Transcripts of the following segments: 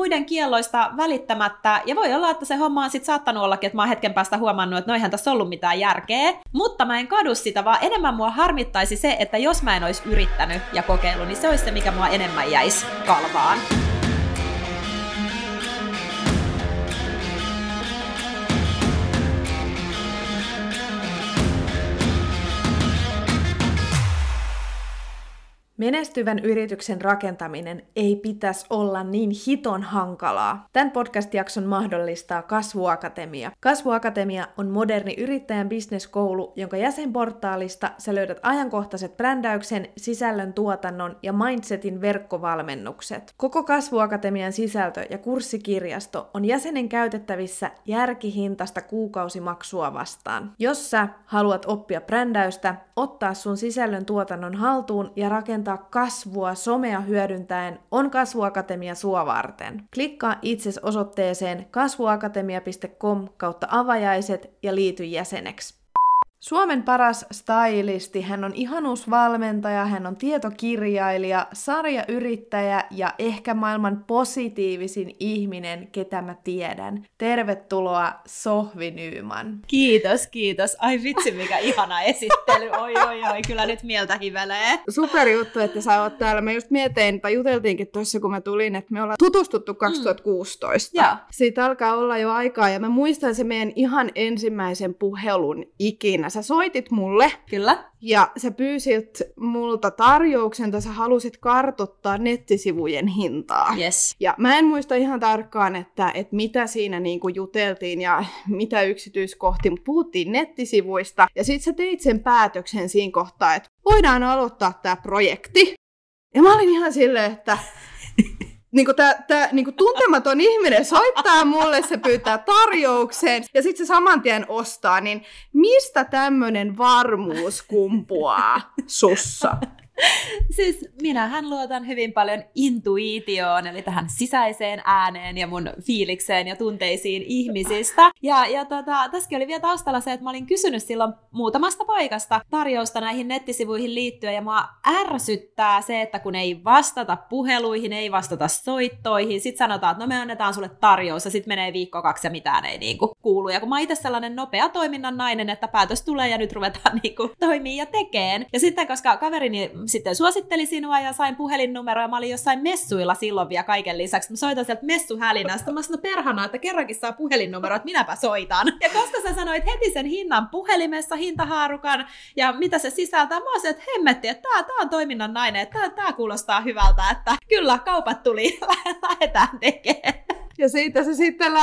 muiden kielloista välittämättä, ja voi olla, että se homma on sit saattanut ollakin, että mä oon hetken päästä huomannut, että noihän tässä ollut mitään järkeä, mutta mä en kadu sitä, vaan enemmän mua harmittaisi se, että jos mä en olisi yrittänyt ja kokeillut, niin se olisi se, mikä mua enemmän jäisi kalvaan. Menestyvän yrityksen rakentaminen ei pitäisi olla niin hiton hankalaa. Tämän podcast-jakson mahdollistaa Kasvuakatemia. Kasvuakatemia on moderni yrittäjän business-koulu, jonka jäsenportaalista sä löydät ajankohtaiset brändäyksen, sisällön tuotannon ja mindsetin verkkovalmennukset. Koko Kasvuakatemian sisältö ja kurssikirjasto on jäsenen käytettävissä järkihintaista kuukausimaksua vastaan. Jos sä haluat oppia brändäystä, ottaa sun sisällön tuotannon haltuun ja rakentaa kasvua somea hyödyntäen, on Kasvuakatemia sua varten. Klikkaa itses osoitteeseen kasvuakatemia.com/avajaiset ja liity jäseneksi. Suomen paras stylisti, hän on ihanuusvalmentaja, hän on tietokirjailija, sarjayrittäjä ja ehkä maailman positiivisin ihminen, ketä mä tiedän. Tervetuloa Sohvi Nyman. Kiitos. Ai vitsi, mikä ihana esittely. Oi, kyllä nyt mieltä hivelee. Super juttu, että sä oot täällä. Mä just mietin, tai juteltiinkin tuossa, kun mä tulin, että me ollaan tutustuttu 2016. Siitä alkaa olla jo aikaa, ja mä muistan se meidän ihan ensimmäisen puhelun ikinä. Sä soitit mulle. Kyllä. Ja sä pyysit multa tarjouksen, tai sä halusit kartoittaa nettisivujen hintaa. Yes. Ja mä en muista ihan tarkkaan, että mitä siinä niinku juteltiin ja mitä yksityiskohtia, mutta puhuttiin nettisivuista. Ja sit sä teit sen päätöksen siinä kohtaa, että voidaan aloittaa tää projekti. Ja mä olin ihan silleen, että tää tuntematon ihminen soittaa mulle, se pyytää tarjoukseen ja sitten se saman tien ostaa, niin mistä tämmönen varmuus kumpuaa sussa? Siis minähän luotan hyvin paljon intuitioon, eli tähän sisäiseen ääneen ja mun fiilikseen ja tunteisiin ihmisistä. Ja tässäkin oli vielä taustalla se, että mä olin kysynyt silloin muutamasta paikasta tarjousta näihin nettisivuihin liittyen, ja mua ärsyttää se, että kun ei vastata puheluihin, ei vastata soittoihin, sit sanotaan, että no me annetaan sulle tarjous, ja sit menee viikko 2 ja mitään ei niinku kuulu. Ja kun mä itse sellainen nopea toiminnan nainen, että päätös tulee ja nyt ruvetaan niinku toimii ja tekeen. Ja sitten koska kaverini sitten suositteli sinua ja sain puhelinnumeroa, ja mä olin jossain messuilla silloin vielä kaiken lisäksi. Mä soitan sieltä messuhälinästä. Mä sanoin, perhana, että kerrankin saa puhelinnumero, että minäpä soitan. Ja koska sä sanoit heti sen hinnan puhelimessa, hintahaarukan ja mitä se sisältää, mä olisin, että hemmetti, että tää on toiminnan nainen, että tää kuulostaa hyvältä, että kyllä kaupat tuli, lähdetään tekemään. Ja siitä se sitten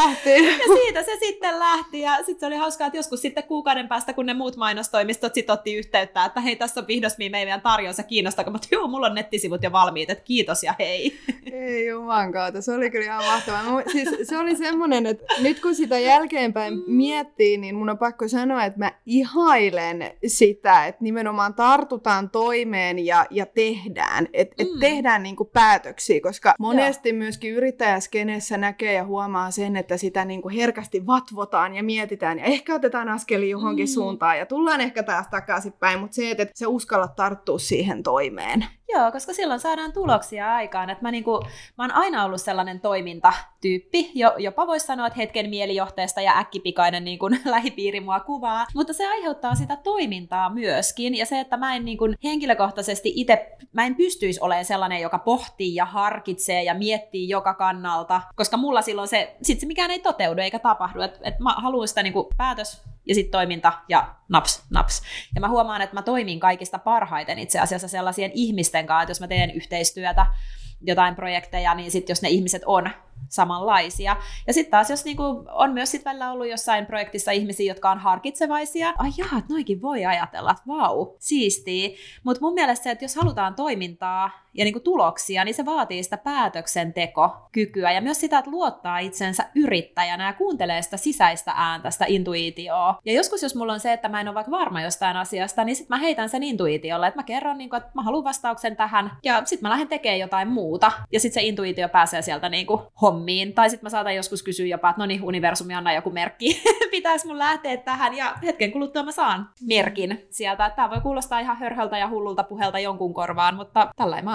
lähti. Ja sitten se oli hauskaa, että joskus sitten kuukauden päästä, kun ne muut mainostoimistot sitten otti yhteyttä, että hei, tässä on vihdoin meidän tarjous ja kiinnostaako. Mä joo, mulla on nettisivut jo valmiit, että kiitos ja hei. Ei juman kautta, se oli kyllä ihan mahtavaa. Siis se oli semmoinen, että nyt kun sitä jälkeenpäin miettii, niin mun on pakko sanoa, että mä ihailen sitä, että nimenomaan tartutaan toimeen ja tehdään. Että tehdään niinku päätöksiä, koska monesti myöskin yrittäjäskenessä näkee ja huomaa sen, että sitä niinku herkästi vatvotaan ja mietitään ja ehkä otetaan askeli johonkin suuntaan ja tullaan ehkä taas takaisinpäin, mutta se, että sä uskallat tarttua siihen toimeen. Joo, koska silloin saadaan tuloksia aikaan. Että mä oon aina ollut sellainen toimintatyyppi, jopa voisi sanoa, että hetken mielijohteesta ja äkkipikainen niin kuin lähipiiri mua kuvaa, mutta se aiheuttaa sitä toimintaa myöskin. Ja se, että mä en niin kuin henkilökohtaisesti itse, mä en pystyisi olemaan sellainen, joka pohtii ja harkitsee ja miettii joka kannalta, koska mulla silloin se mikään ei toteudu eikä tapahdu. Että mä haluan sitä niin kuin päätös ja sitten toiminta ja naps. Ja mä huomaan, että mä toimin kaikista parhaiten itse asiassa sellaisien ihmisten kanssa, että jos mä teen yhteistyötä, jotain projekteja, niin sitten jos ne ihmiset on samanlaisia. Ja sitten taas, jos niinku on myös sit välillä ollut jossain projektissa ihmisiä, jotka on harkitsevaisia, ai jaa, että noikin voi ajatella, että vau, siistii. Mutta mun mielestä se, että jos halutaan toimintaa ja niinku tuloksia, niin se vaatii sitä päätöksentekokykyä ja myös sitä, että luottaa itsensä yrittäjänä ja kuuntelee sitä sisäistä ääntä, sitä intuitioa. Ja joskus, jos mulla on se, että mä en ole vaikka varma jostain asiasta, niin sitten mä heitän sen intuitiolle, että mä kerron, niinku, että mä haluan vastauksen tähän ja sitten mä lähden tekemään jotain muuta. Ja sitten se intuitio pääsee sieltä niinku hommiin. Tai sitten mä saatan joskus kysyä jopa, että no niin, universumi anna joku merkki. Pitäisi mun lähteä tähän ja hetken kuluttua mä saan merkin sieltä. Tämä voi kuulostaa ihan hörhöltä ja hullulta puhelta jonkun korvaan, mutta tällainen mä oon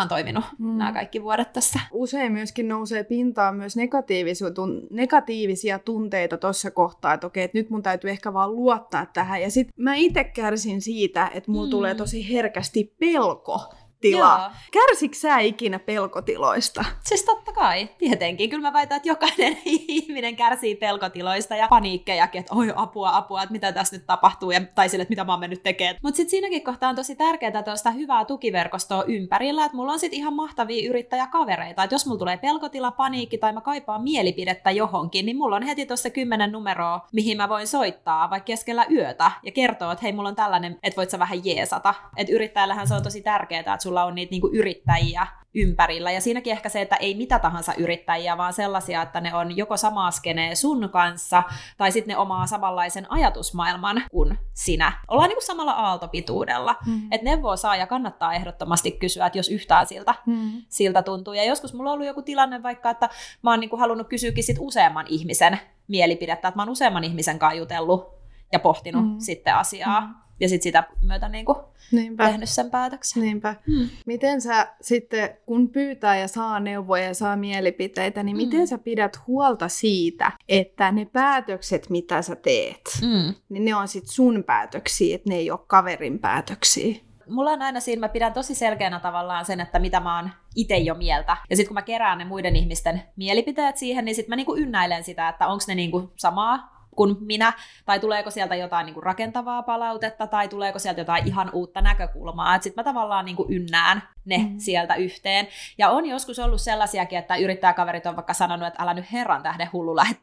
ihan toiminut nämä kaikki vuodet tässä. Usein myöskin nousee pintaan myös negatiivisia tunteita tuossa kohtaa, että okei, että nyt mun täytyy ehkä vaan luottaa tähän. Ja sit mä itse kärsin siitä, että mulla tulee tosi herkästi pelko. Kärsitkö sä ikinä pelkotiloista? Siis totta kai, tietenkin. Kyllä mä väitän, että jokainen ihminen kärsii pelkotiloista ja paniikkejakin, että oi apua, että mitä tässä nyt tapahtuu, tai sille, että mitä mä oon mennyt tekemään. Mutta sitten siinäkin kohtaa on tosi tärkeää tuosta hyvää tukiverkostoa ympärillä, että mulla on sitten ihan mahtavia yrittäjäkavereita, että jos mulla tulee pelkotila, paniikki tai mä kaipaan mielipidettä johonkin, niin mulla on heti tuossa 10 numeroa, mihin mä voin soittaa vaikka keskellä yötä ja kertoa, että hei, mulla on tällainen, että voit sä vähän jeesata. Että yrittäjällähän se on tosi tärkeää, että sulla on niitä niinku yrittäjiä ympärillä. Ja siinäkin ehkä se, että ei mitä tahansa yrittäjiä, vaan sellaisia, että ne on joko samaa skenee sun kanssa, tai sitten ne omaa samanlaisen ajatusmaailman kuin sinä. Ollaan niinku samalla aaltopituudella. Että neuvoa saa ja kannattaa ehdottomasti kysyä, että jos yhtään siltä tuntuu. Ja joskus mulla on ollut joku tilanne vaikka, että mä oon niinku halunnut kysyäkin sit useamman ihmisen mielipidettä, että mä oon useamman ihmisen kanssa jutellut ja pohtinut sitten asiaa. Ja sitten sitä myötä niinku tehnyt sen päätöksen. Niinpä. Miten sä sitten, kun pyytää ja saa neuvoja ja saa mielipiteitä, niin miten sä pidät huolta siitä, että ne päätökset, mitä sä teet, niin ne on sitten sun päätöksiä, että ne ei ole kaverin päätöksiä? Mulla on aina siinä, mä pidän tosi selkeänä tavallaan sen, että mitä mä oon itse jo mieltä. Ja sitten kun mä kerään ne muiden ihmisten mielipiteet siihen, niin sitten mä niinku ynnäilen sitä, että onko ne niinku samaa kuin minä, tai tuleeko sieltä jotain niin kuin rakentavaa palautetta, tai tuleeko sieltä jotain ihan uutta näkökulmaa. Sitten mä tavallaan niin kuin ynnään ne sieltä yhteen. Ja on joskus ollut sellaisiakin, että yrittäjäkaverit on vaikka sanonut, että älä nyt herran tähden hullu lähde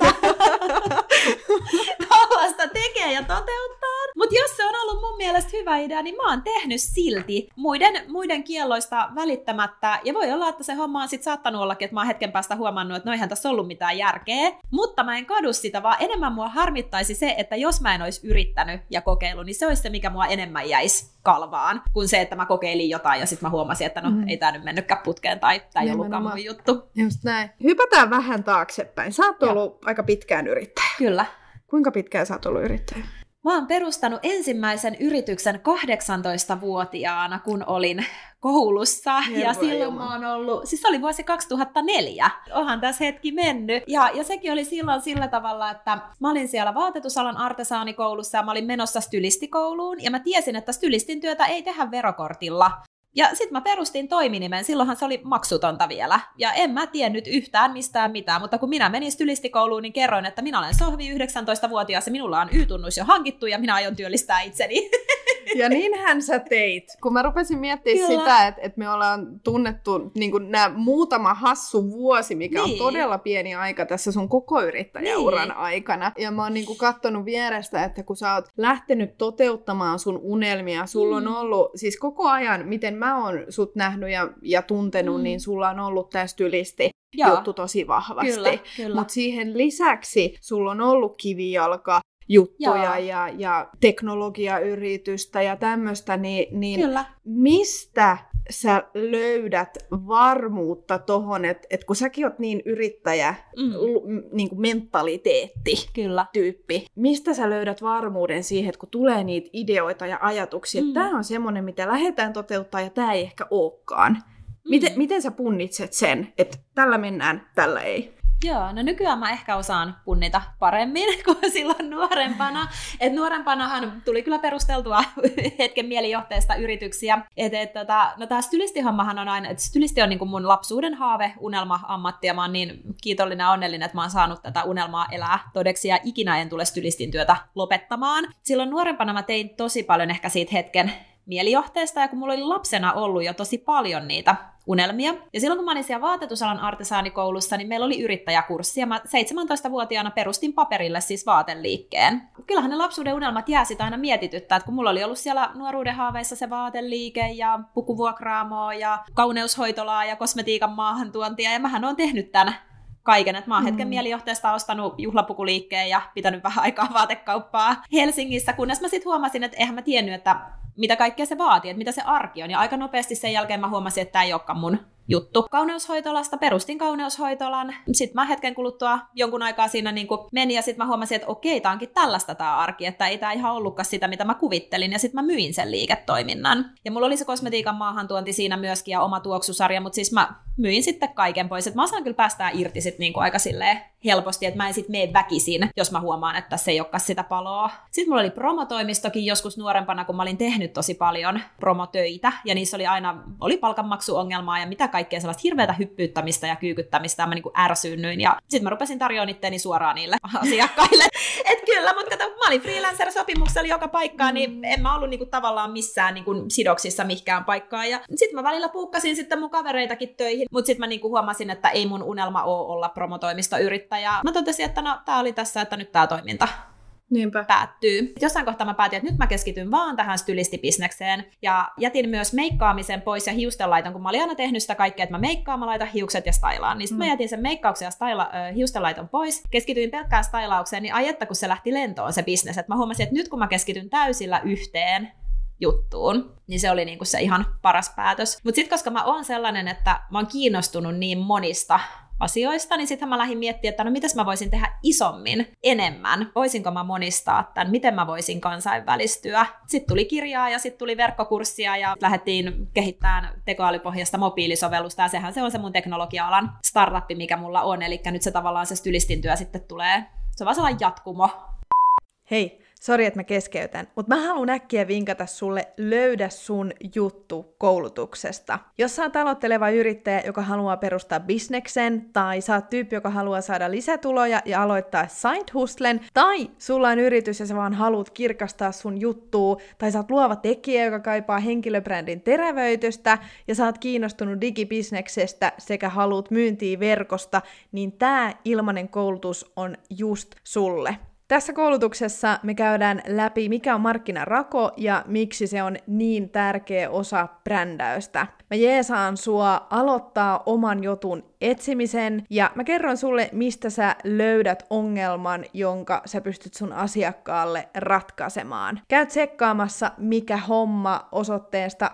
tollasta tekee ja toteuttaa. Mutta jos se on ollut mun mielestä hyvä idea, niin mä oon tehnyt silti muiden kielloista välittämättä. Ja voi olla, että se homma on sit saattanut ollakin, että mä oon hetken päästä huomannut, että no eihän tässä ollut mitään järkeä. Mutta mä en kadu sitä, vaan enemmän mua harmittaisi se, että jos mä en olisi yrittänyt ja kokeillut, niin se olisi se, mikä mua enemmän jäisi kalvaan, kuin se, että mä kokeilin jotain ja sitten mä huomasin, että no ei tää nyt mennytkään putkeen tai tää ei ollutkaan mun juttu. Just näin. Hypätään vähän taaksepäin. Sä oot ollut aika pitkään yrittäjä. Kyllä. Kuinka pitkään sä oot ollut yrittäjä? Mä oon perustanut ensimmäisen yrityksen 18-vuotiaana, kun olin koulussa. Ja silloin mä oon ollut, siis se oli vuosi 2004. Onhan tässä hetki mennyt. Ja sekin oli silloin sillä tavalla, että mä olin siellä vaatetusalan artesaanikoulussa ja mä olin menossa stylistikouluun. Ja mä tiesin, että stylistin työtä ei tehdä verokortilla. Ja sit mä perustin toiminimen, silloinhan se oli maksutonta vielä. Ja en mä tiennyt yhtään mistään mitään, mutta kun minä menin stylistikouluun, niin kerroin, että minä olen Sohvi 19-vuotias ja minulla on Y-tunnus jo hankittu ja minä aion työllistää itseni. Ja niinhän sä teit. Kun mä rupesin miettimään sitä, että me ollaan tunnettu niin nämä muutama hassu vuosi, mikä on todella pieni aika tässä sun koko yrittäjäuran aikana. Ja mä oon katsonut vierestä, että kun sä oot lähtenyt toteuttamaan sun unelmia, sulla on ollut, siis koko ajan, miten mä oon sut nähnyt ja tuntenut, niin sulla on ollut tää stylisti juttu tosi vahvasti. Kyllä. Mutta siihen lisäksi sulla on ollut kivijalka, juttuja ja teknologiayritystä ja tämmöistä, niin mistä sä löydät varmuutta tohon, että kun säkin oot niin yrittäjä, niin kuin mentaliteetti-tyyppi, mistä sä löydät varmuuden siihen, että kun tulee niitä ideoita ja ajatuksia, että tää on semmoinen, mitä lähdetään toteuttaa ja tää ei ehkä olekaan. Miten sä punnitset sen, että tällä mennään, tällä ei? Joo, no nykyään mä ehkä osaan punnita paremmin kuin silloin nuorempana. Et nuorempanahan tuli kyllä perusteltua hetken mielijohteesta yrityksiä. No tää stylistihommahan on aina, että stylisti on niinku mun lapsuuden haave, unelma-ammatti, ja mä oon niin kiitollinen ja onnellinen, että mä oon saanut tätä unelmaa elää todeksi, ja ikinä en tule stylistin työtä lopettamaan. Silloin nuorempana mä tein tosi paljon ehkä siitä hetken mielijohteesta, ja kun mulla oli lapsena ollut jo tosi paljon niitä unelmia. Ja silloin kun mä olin siellä vaatetusalan artesaanikoulussa, niin meillä oli yrittäjäkurssi, ja mä 17-vuotiaana perustin paperille siis vaateliikkeen. Kyllähän ne lapsuuden unelmat jää sitä aina mietityttää, että kun mulla oli ollut siellä nuoruuden haaveissa se vaateliike ja pukuvuokraamoa ja kauneushoitolaa ja kosmetiikan maahantuontia, ja mähän oon tehnyt tämän kaiken, että mä oon hetken mielijohteesta ostanut juhlapukuliikkeen ja pitänyt vähän aikaa vaatekauppaa Helsingissä, kunnes mä sitten huomasin, että eihän mä tiennyt, että mitä kaikkea se vaatii, että mitä se arki on. Ja aika nopeasti sen jälkeen mä huomasin, että tämä ei olekaan mun juttu. Kauneushoitolasta perustin kauneushoitolan. Sitten mä hetken kuluttua jonkun aikaa siinä niin kuin meni ja sitten mä huomasin, että okei, tää onkin tällaista tää arki, että ei tää ihan ollutkaan sitä, mitä mä kuvittelin. Ja sitten mä myin sen liiketoiminnan. Ja mulla oli se kosmetiikan maahantuonti siinä myöskin ja oma tuoksusarja, mutta siis mä myin sitten kaiken pois. Että mä osaan kyllä päästää irti sitten niin kuin aika silleen helposti, että mä en sitten mene väkisin, jos mä huomaan, että tässä ei olekaan sitä paloa. Sitten mulla oli promotoimistokin joskus nuorempana, kun mä olin tehnyt tosi paljon promotöitä, ja niissä oli palkanmaksuongelmaa ja mitä kaikkea sellaista hirveätä hyppyyttämistä ja kyykyttämistä, ja mä niinku ärsyynnyin, ja sitten mä rupesin tarjoamaan itteeni suoraan niille asiakkaille. Et kyllä, mutta kato, mä olin freelancer-sopimuksella joka paikkaan, niin en mä ollut niinku tavallaan missään niinku sidoksissa mihinkään paikkaan, ja sitten mä välillä puukkasin sitten mun kavereitakin töihin, mutta sitten mä niinku huomasin, että ei mun unelma ole olla promotoimistoyrittäjä. Mä totesin, että no tää oli tässä, että nyt tää toiminta päättyy. Jossain kohtaa mä päätin, että nyt mä keskityn vaan tähän stylistibisnekseen ja jätin myös meikkaamisen pois ja hiustenlaiton, kun mä olin aina tehnyt sitä kaikkea, että mä meikkaan, mä laitan hiukset ja stylaan. Niin sitten mä jätin sen meikkauksen ja hiustenlaiton pois, keskityin pelkkään stylaukseen, niin ai että kun se lähti lentoon se bisnes, että mä huomasin, että nyt kun mä keskityn täysillä yhteen juttuun, niin se oli niinku se ihan paras päätös. Mutta sitten koska mä oon sellainen, että mä oon kiinnostunut niin monista asioista, niin sitten mä lähdin miettimään, että no mitäs mä voisin tehdä isommin, enemmän, voisinko mä monistaa tämän, miten mä voisin kansainvälistyä. Sitten tuli kirjaa ja sitten tuli verkkokurssia ja lähdettiin kehittämään tekoälypohjaista mobiilisovellusta ja sehän se on se mun teknologia-alan startuppi, mikä mulla on, eli nyt se tavallaan se stylistin työ sitten tulee, se on vaan sellainen jatkumo. Hei! Sori, että mä keskeytän, mutta mä haluan äkkiä vinkata sulle Löydä sun juttu -koulutuksesta. Jos sä oot aloitteleva yrittäjä, joka haluaa perustaa bisneksen, tai sä oot tyyppi, joka haluaa saada lisätuloja ja aloittaa side hustlen, tai sulla on yritys ja sä vaan haluat kirkastaa sun juttua, tai sä oot luova tekijä, joka kaipaa henkilöbrändin terävöitystä, ja sä oot kiinnostunut digibisneksestä sekä haluat myyntiä verkosta, niin tää ilmainen koulutus on just sulle. Tässä koulutuksessa me käydään läpi, mikä on markkinarako ja miksi se on niin tärkeä osa brändäystä. Mä jeesaan sua aloittaa oman jutun etsimisen ja mä kerron sulle, mistä sä löydät ongelman, jonka sä pystyt sun asiakkaalle ratkaisemaan. Käy tsekkaamassa mikä homma osoitteesta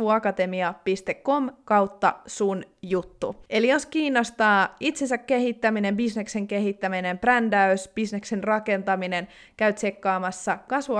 kasvuakatemia.com/sun juttu. Eli jos kiinnostaa itsensä kehittäminen, bisneksen kehittäminen, brändäys, bisneksen rakentaminen, käy tsekkaamassa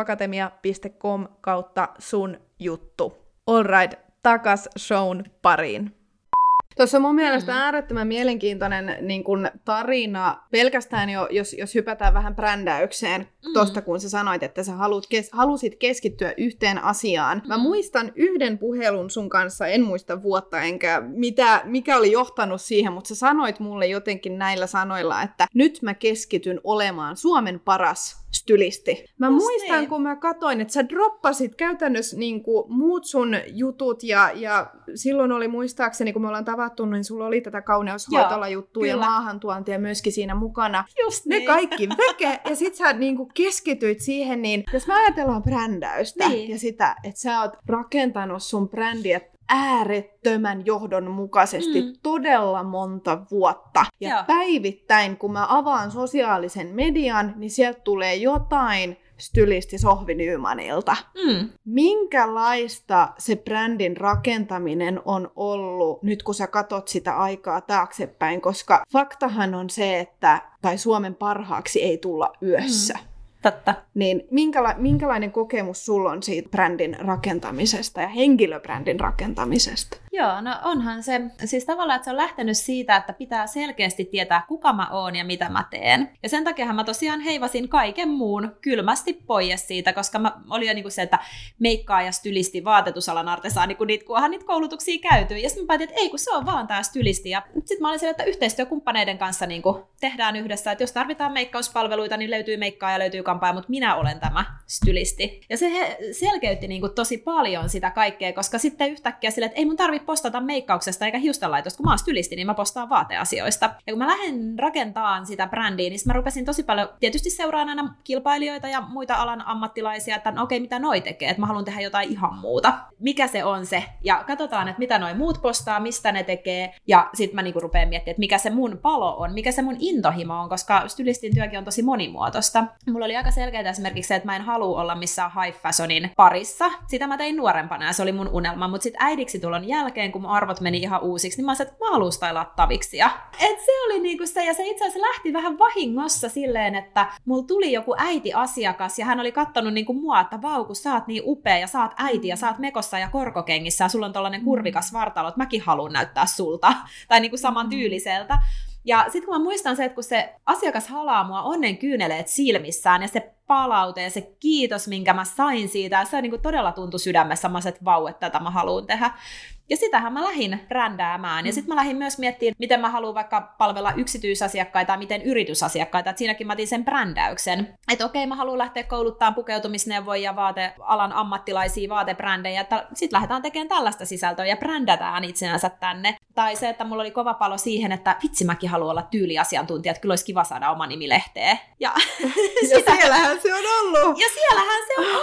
kasvuakatemia.com/sun juttu. Alright, takas shown pariin. Tuossa on mun mielestä äärettömän mielenkiintoinen niin kun tarina, pelkästään jo, jos hypätään vähän brändäykseen, tosta kun sä sanoit, että sä halusit keskittyä yhteen asiaan. Mä muistan yhden puhelun sun kanssa, en muista vuotta enkä mikä oli johtanut siihen, mutta sä sanoit mulle jotenkin näillä sanoilla, että nyt mä keskityn olemaan Suomen paras stylisti. Mä muistan, niin. Kun mä katsoin, että sä droppasit käytännössä niin kuin muut sun jutut ja silloin oli muistaakseni, kun me ollaan tavattu, niin sulla oli tätä kauneushoitola-juttua ja maahantuontia myöskin siinä mukana. Just niin. Ne kaikki veke ja sit sä niin kuin keskityit siihen, niin jos me ajatellaan brändäystä ja sitä, että sä oot rakentanut sun brändiä äärettömän johdonmukaisesti todella monta vuotta. Ja päivittäin, kun mä avaan sosiaalisen median, niin sieltä tulee jotain stylisti Sohvi Nymanilta. Minkälaista se brändin rakentaminen on ollut, nyt kun sä katot sitä aikaa taaksepäin, koska faktahan on se, että Suomen parhaaksi ei tulla yössä. Totta. Niin minkälainen kokemus sulla on siitä brändin rakentamisesta ja henkilöbrändin rakentamisesta? Joo, no onhan se, siis tavallaan, että se on lähtenyt siitä, että pitää selkeästi tietää, kuka mä oon ja mitä mä teen. Ja sen takia mä tosiaan heivasin kaiken muun kylmästi pois siitä, koska mä olin jo niinku se, että meikkaa ja stylisti, vaatetusalan artesaani, kunhan niitä koulutuksia käytyy. Ja sitten mä päätin, että ei kun se on vaan tää stylisti. Ja sitten mä olin siellä, että yhteistyökumppaneiden kanssa niinku tehdään yhdessä, että jos tarvitaan meikkauspalveluita, niin löytyy meikkaa ja löytyy kampaa, mutta minä olen tämä stylisti. Ja se selkeytti niinku tosi paljon sitä kaikkea, koska sitten yhtäkkiä sille, että ei mun tarvitse postata meikkauksesta eikä hiustenlaitosta, kun mä oon stylisti, niin mä postaan vaateasioista. Ja kun mä lähdin rakentamaan sitä brändiä, niin mä rupesin tosi paljon, tietysti seuraan aina kilpailijoita ja muita alan ammattilaisia, että okei, mitä noi tekee, että mä haluan tehdä jotain ihan muuta. Mikä se on se? Ja katsotaan, että mitä noi muut postaa, mistä ne tekee, ja sit mä niinku rupean miettimään, että mikä se mun palo on, mikä se mun intohimo on, koska stylistin työkin on tosi monimuotoista. Mulla oli aika selkeää esimerkiksi se, että mä en halua olla missään high fashionin parissa. Sitä mä tein nuorempana ja se oli mun unelma, mutta sitten äidiksi tulon jälkeen, kun mun arvot meni ihan uusiksi, niin mä sanoin, että mä haluan stailaa taviksia. Et se oli niinku se, ja se itse asiassa lähti vähän vahingossa silleen, että mulla tuli joku äiti-asiakas ja hän oli kattonut niinku mua, että vau, kun sä oot niin upea ja sä oot äiti ja sä oot mekossa ja korkokengissä ja sulla on tollanen kurvikas vartalo, että mäkin haluan näyttää sulta tai niinku saman tyyliseltä. Ja sitten kun mä muistan se, että kun se asiakas halaa mua onnen kyyneleet silmissään ja se palaute ja se kiitos, minkä mä sain siitä, ja se niinku todella tuntui sydämessä, että vau, että tätä mä haluan tehdä. Ja sitähän mä lähdin brändäämään. Ja sitten mä lähdin myös miettimään, miten mä haluan vaikka palvella yksityisasiakkaita ja miten yritysasiakkaita. Et siinäkin mä otin sen brändäyksen. Että okei, mä haluan lähteä kouluttamaan pukeutumisneuvoja ja vaatealan ammattilaisia vaatebrändejä. Sitten lähdetään tekemään tällaista sisältöä ja brändätään itseänsä tänne. Tai se, että mulla oli kova palo siihen, että vitsi, mäkin haluan olla tyyliasiantuntija, että kyllä olisi kiva saada oma nimi lehteen. Ja siellähän se on ollut. Ja siellähän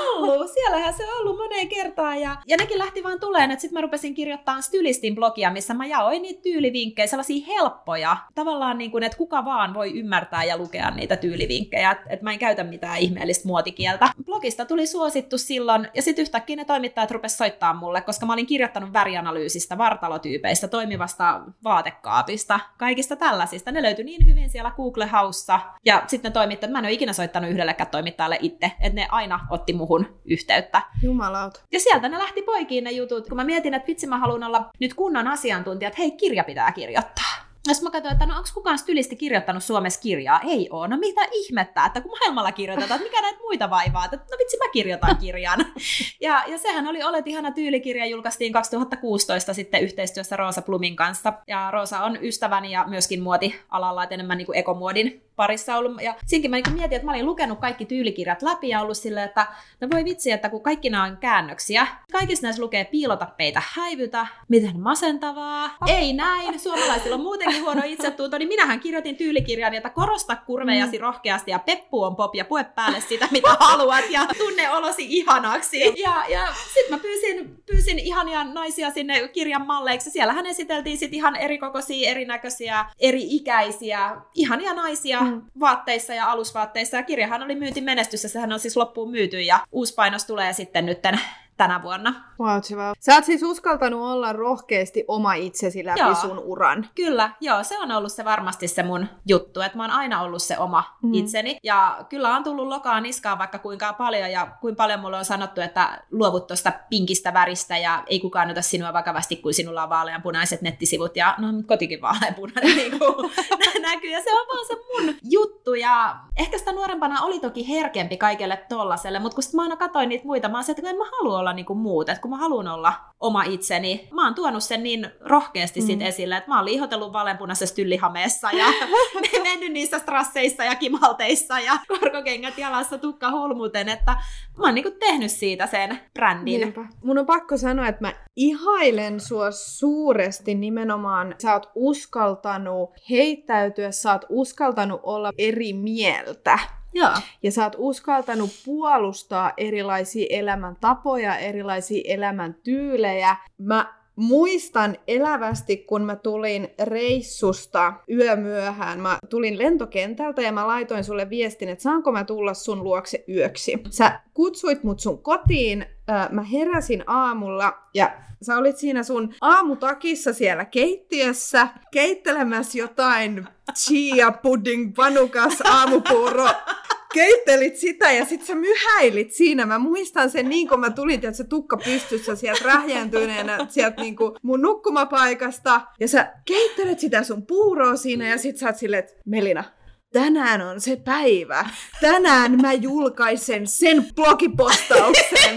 se on ollut moneen kertaan. Ja nekin lähti vaan tuleen, että sitten mä rupesin kirjoittamaan Stylistin blogia, missä mä jaoin niitä tyylivinkkejä, sellaisia helppoja. Tavallaan niin kuin, että kuka vaan voi ymmärtää ja lukea niitä tyylivinkkejä. Että mä en käytä mitään ihmeellistä muotikieltä. Blogista tuli suosittu silloin, ja sitten yhtäkkiä ne toimittajat rupesivat soittaa mulle, koska mä olin kirjoittanut värianalyysistä, vartalotyypeistä, toimivasta vaatekaapista, kaikista tällaisista. Ne löytyi niin hyvin siellä Google Haussa. Ja sitten ne toimittajat, mä en ole ikinä soittanut yhdellekään toimittajalle itse, että ne aina otti muhun yhteyttä. Jumalauta. Ja sieltä ne lähti poikiin ne jutut. Kun mä mietin, että vitsi mä haluan olla nyt kunnon asiantuntija, että hei, kirja pitää kirjoittaa. Ja sitten mä katsoin, että no onko kukaan stylisti kirjoittanut Suomessa kirjaa? Ei oo. No mitä ihmettä, että kun maailmalla kirjoitetaan, että mikä näitä muita vaivaa? Että no vitsi, mä kirjoitan kirjan. Ja sehän oli Olet ihana tyylikirja, julkaistiin 2016 sitten yhteistyössä Roosa Blumin kanssa. Ja Roosa on ystäväni ja myöskin muotialalla, että enemmän niin kuin ekomuodin parissa ollut. Ja siinkin mä niin mietin, että mä olin lukenut kaikki tyylikirjat läpi ja ollut silleen, että no voi vitsi, että kun kaikki nämä on käännöksiä, kaikissa näissä lukee piilota peitä, häivytä, miten masentavaa, ei näin, suomalaisilla on muutenkin huono itsetunto, niin minähän kirjoitin tyylikirjan, että korosta kurvejasi rohkeasti ja peppu on pop ja pue päälle sitä, mitä haluat ja tunne olosi ihanaksi. Ja sitten mä pyysin ihania naisia sinne kirjan malleiksi. Siellähän esiteltiin sitten ihan erikokoisia, erinäköisiä, eri-ikäisiä, ihania naisia vaatteissa ja alusvaatteissa. Ja kirjahan oli myyntimenestyssä, sehän on siis loppuun myyty ja uusi painos tulee sitten nytten tänä vuonna. Wow. Sä oot siis uskaltanut olla rohkeasti oma itsesi läpi sun uran. Kyllä, joo, se on ollut se varmasti se mun juttu, että mä oon aina ollut se oma itseni. Ja kyllä on tullut lokaa niskaan vaikka kuinka paljon ja kuinka paljon mulle on sanottu, että luovut tuosta pinkistä väristä ja ei kukaan ota sinua vakavasti, kun sinulla on vaaleanpunaiset nettisivut ja no kotikin vaaleanpunainen niin näkyy. Ja se on vaan se mun juttu ja ehkä sitä nuorempana oli toki herkempi kaikelle tollaselle, mutta kun sit mä aina katsoin niitä muita, mä oon se, että en mä halua olla niinku muut, että kun mä haluan olla oma itseni, mä oon tuonut sen niin rohkeasti sit esille, että mä oon liihotellut vaaleanpunaisessa tyllihameessa ja mennyt niissä strasseissa ja kimalteissa ja korkokengät jalassa tukka hulmuten, että mä oon niinku tehnyt siitä sen brändin. Niinpä. Mun on pakko sanoa, että mä ihailen sua suuresti nimenomaan. Sä oot uskaltanut heittäytyä, sä oot uskaltanut olla eri mieltä. Joo. Ja sä oot uskaltanut puolustaa erilaisia elämäntapoja, erilaisia elämäntyylejä. Mä muistan elävästi, kun mä tulin reissusta yömyöhään. Mä tulin lentokentältä ja mä laitoin sulle viestin, että saanko mä tulla sun luokse yöksi. Sä kutsuit mut sun kotiin. Mä heräsin aamulla ja sä olit siinä sun aamutakissa siellä keittiössä keittelemässä jotain chia pudding panukas aamupuuro. Keittelit sitä ja sit sä myhäilit siinä. Mä muistan sen niin, kun mä tulin, että se tukka pystyssä sieltä rähjääntyneenä sieltä niin kuin mun nukkumapaikasta. Ja sä keittelet sitä sun puuroa siinä ja sit sä oot silleen, että Melina, tänään on se päivä. Tänään mä julkaisen sen blogipostauksen.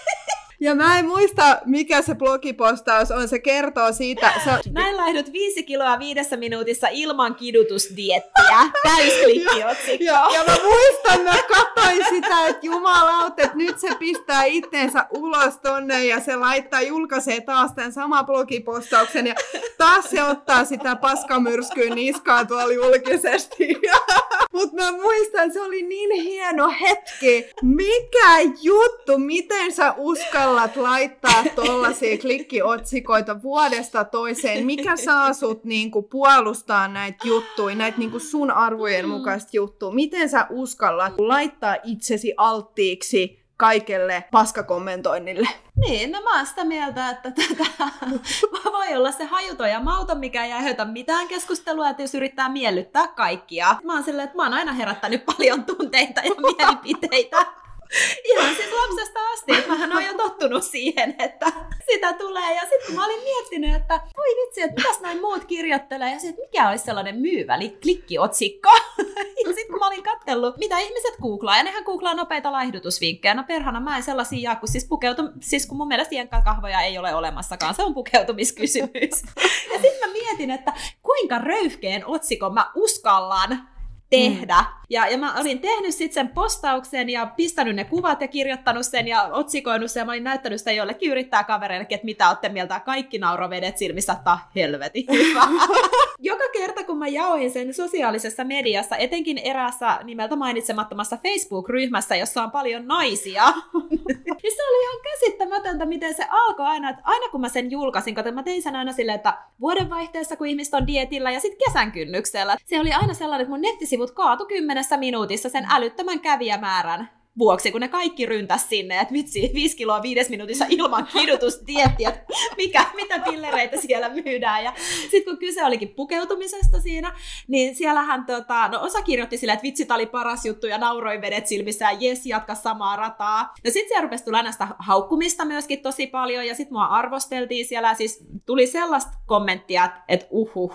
Ja mä en muista, mikä se blogipostaus on. Se kertoo siitä... Näin laihdut 5 kiloa 5 minuutissa ilman kidutusdiettiä. Täysklikkiotsikko. Ja mä muistan, mä katsoin sitä, että jumalauta, että nyt se pistää itteensä ulos tonne ja se julkaisee taas tämän saman blogipostauksen. Ja taas se ottaa sitä paskamyrskyä niskaan tuolla julkisesti. Mutta mä muistan, se oli niin hieno hetki. Mikä juttu, miten sä uskallat uskallat laittaa tollaisia klikkiotsikoita vuodesta toiseen? Mikä saa sut niinku puolustaa näitä juttuja, näitä niinku sun arvojen mukaista juttuja? Miten sä uskallat laittaa itsesi alttiiksi kaikelle paskakommentoinnille? Niin, no mä oon sitä mieltä, että voi olla se hajuton ja mauton, mikä ei aiheuta mitään keskustelua, että jos yrittää miellyttää kaikkia. Mä oon silleen, että mä oon aina herättänyt paljon tunteita ja mielipiteitä. Ihan siis lapsesta asti, että mähän oon jo tottunut siihen, että sitä tulee. Ja sitten kun mä olin miettinyt, että voi vitsi, että mitäs näin muut kirjoittelee, ja sitten mikä olisi sellainen myyvä klikkiotsikko. Ja sitten kun mä olin katsellut, mitä ihmiset googlaa, ja nehän googlaa nopeita laihdutusvinkkejä. No perhana, mä en sellaisia jaa, kun siis kun mun mielestä jenkakahvoja ei ole olemassakaan, se on pukeutumiskysymys. Ja sitten mä mietin, että kuinka röyhkeen otsikon mä uskallan tehdä. Ja mä olin tehnyt sitten sen postauksen ja pistänyt ne kuvat ja kirjoittanut sen ja otsikoinut sen ja mä olin näyttänyt sitä jollekin yrittää kavereillekin, että mitä ootte mieltä, kaikki naurovedet silmissä, että helvetin hyvä. Joka kerta kun mä jaoin sen sosiaalisessa mediassa, etenkin eräässä nimeltä mainitsemattomassa Facebook-ryhmässä, jossa on paljon naisia, niin se oli ihan käsittämätöntä, miten se alkoi aina, että aina kun mä sen julkaisin, kun mä tein sen aina silleen, että vuodenvaihteessa kun ihmiset on dietillä ja sitten kesän kynnyksellä, se oli aina sellainen, että mun nettisivut kaatui 10 minuutissa sen älyttömän kävijämäärän vuoksi, kun ne kaikki ryntäs sinne, että vitsi, 5 kiloa 5 minuutissa ilman kidutustietti, että mitä pillereitä siellä myydään. Ja sitten kun kyse olikin pukeutumisesta siinä, niin siellähän osa kirjoitti silleen, että vitsi, tää oli paras juttu ja nauroi vedet silmissä ja jes, jatka samaa rataa. Ja sitten siellä rupesi tulla aina sitä haukkumista myöskin tosi paljon ja sitten mua arvosteltiin siellä, siis tuli sellaista kommenttia, että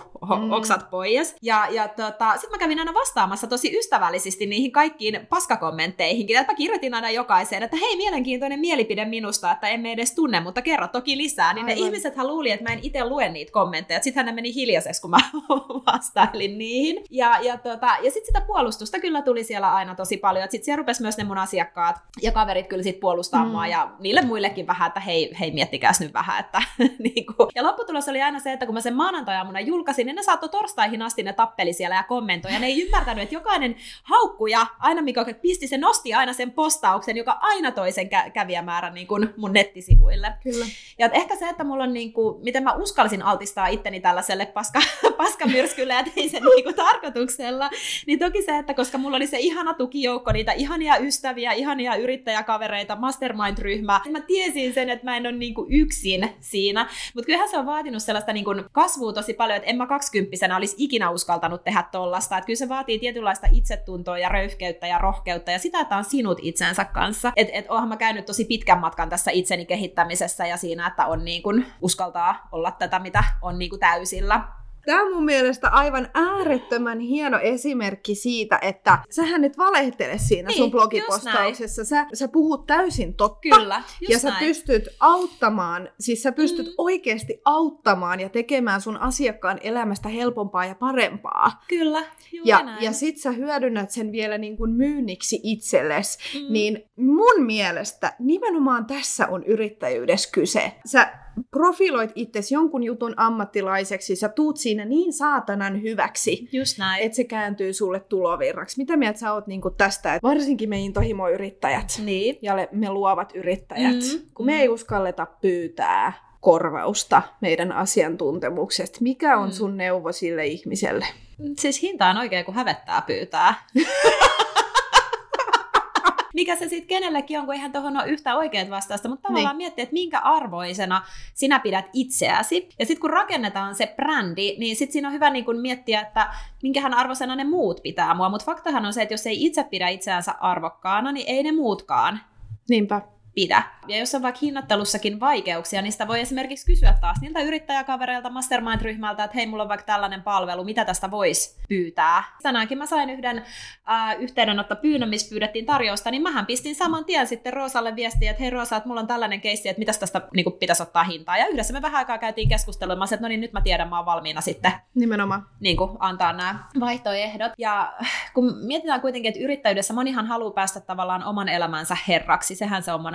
oksat pois. Ja sitten mä kävin aina vastaamassa tosi ystävällisesti niihin kaikkiin paskakommentteihinkin, mä kirjoitin aina jokaiseen, että hei, mielenkiintoinen mielipide minusta, että emme edes tunne, mutta kerro toki lisää. Niin ne ihmisethän luuli, että mä en itse lue niitä kommentteja. Sittenhän ne meni hiljaiseksi, kun mä vastailin niihin. Ja sitten sitä puolustusta kyllä tuli siellä aina tosi paljon. Sitten siellä rupesi myös ne mun asiakkaat ja kaverit kyllä sit puolustaa mua ja niille muillekin vähän, että hei miettikääs nyt vähän. Että, niinku. Ja lopputulos oli aina se, että kun mä sen maanantai-aamuna julkaisin, niin ne saattoi torstaihin asti ne tappeli siellä ja kommentoi. Ja ne ei ymmärtänyt, että jokainen haukkuja, aina mikä pisti, se nosti aina sen postauksen, joka aina toi sen kävijämäärän niin kuin mun nettisivuille. Kyllä. Ja ehkä se, että mulla on niin kuin, miten mä uskalsin altistaa itteni tällaiselle paskamyrskylle ja tein sen niin kuin tarkoituksella, niin toki se, että koska mulla oli se ihana tukijoukko, niitä ihania ystäviä, ihania yrittäjäkavereita, mastermind-ryhmä, mä tiesin sen, että mä en ole niin kuin yksin siinä, mutta kyllähän se on vaatinut sellaista niin kuin kasvua tosi paljon, että en mä 20-vuotiaana olisi ikinä uskaltanut tehdä tollasta, että kyllä se vaatii tietynlaista itsetuntoa ja röyhkeyttä ja rohkeutta ja sitä, että on sinut itsensä kanssa. Oonhan mä käynyt tosi pitkän matkan tässä itseni kehittämisessä ja siinä, että on niin kuin uskaltaa olla tätä, mitä on niin kuin täysillä. Tämä on mun mielestä aivan äärettömän hieno esimerkki siitä, että sähän et valehtele siinä sun blogipostauksessa. Sä puhut täysin totta. Kyllä, ja sä pystyt auttamaan, siis sä pystyt oikeasti auttamaan ja tekemään sun asiakkaan elämästä helpompaa ja parempaa. Kyllä, ja sit sä hyödynnät sen vielä niin kuin myynniksi itsellesi. Niin mun mielestä nimenomaan tässä on yrittäjyydessä kyse. Sä profiloit itsesi jonkun jutun ammattilaiseksi, sä tuut siinä niin saatanan hyväksi, että se kääntyy sulle tulovirraksi. Mitä mieltä sä oot niinku tästä, että varsinkin me intohimoyrittäjät ja me luovat yrittäjät, kun me ei uskalleta pyytää korvausta meidän asiantuntemuksesta. Mikä on sun neuvo sille ihmiselle? Siis hinta on oikein, kun hävettää pyytää. Mikä se sitten kenellekin on, kun eihän tuohon ole yhtä oikeat vastausta, mutta tavallaan miettiä, että minkä arvoisena sinä pidät itseäsi. Ja sitten kun rakennetaan se brändi, niin sitten siinä on hyvä niin kun miettiä, että minkähän arvoisena ne muut pitää mua. Mutta faktahan on se, että jos ei itse pidä itseänsä arvokkaana, niin ei ne muutkaan. Niinpä. Pidä. Ja jos on vaikka hinnoittelussakin vaikeuksia, niin sitä voi esimerkiksi kysyä taas niiltä yrittäjäkavereilta, mastermind-ryhmältä, että hei, mulla on vaikka tällainen palvelu, mitä tästä voisi pyytää. Tänäänkin mä sain yhden yhteydenottopyynnön, missä pyydettiin tarjousta, niin mähän pistin saman tien sitten Roosalle viestiä, että hei Roosa, että mulla on tällainen keissi, että mitäs tästä niin kuin pitäisi ottaa hintaa. Ja yhdessä me vähän aikaa käytiin keskustelua, mä sanoin, että no niin, nyt mä tiedän, mä oon valmiina sitten nimenomaan niin kuin antaa nämä vaihtoehdot. Ja kun mietitään kuitenkin, että yrittäjyydessä monihan haluaa päästä tavallaan oman elämänsä herraksi, sehän se on monella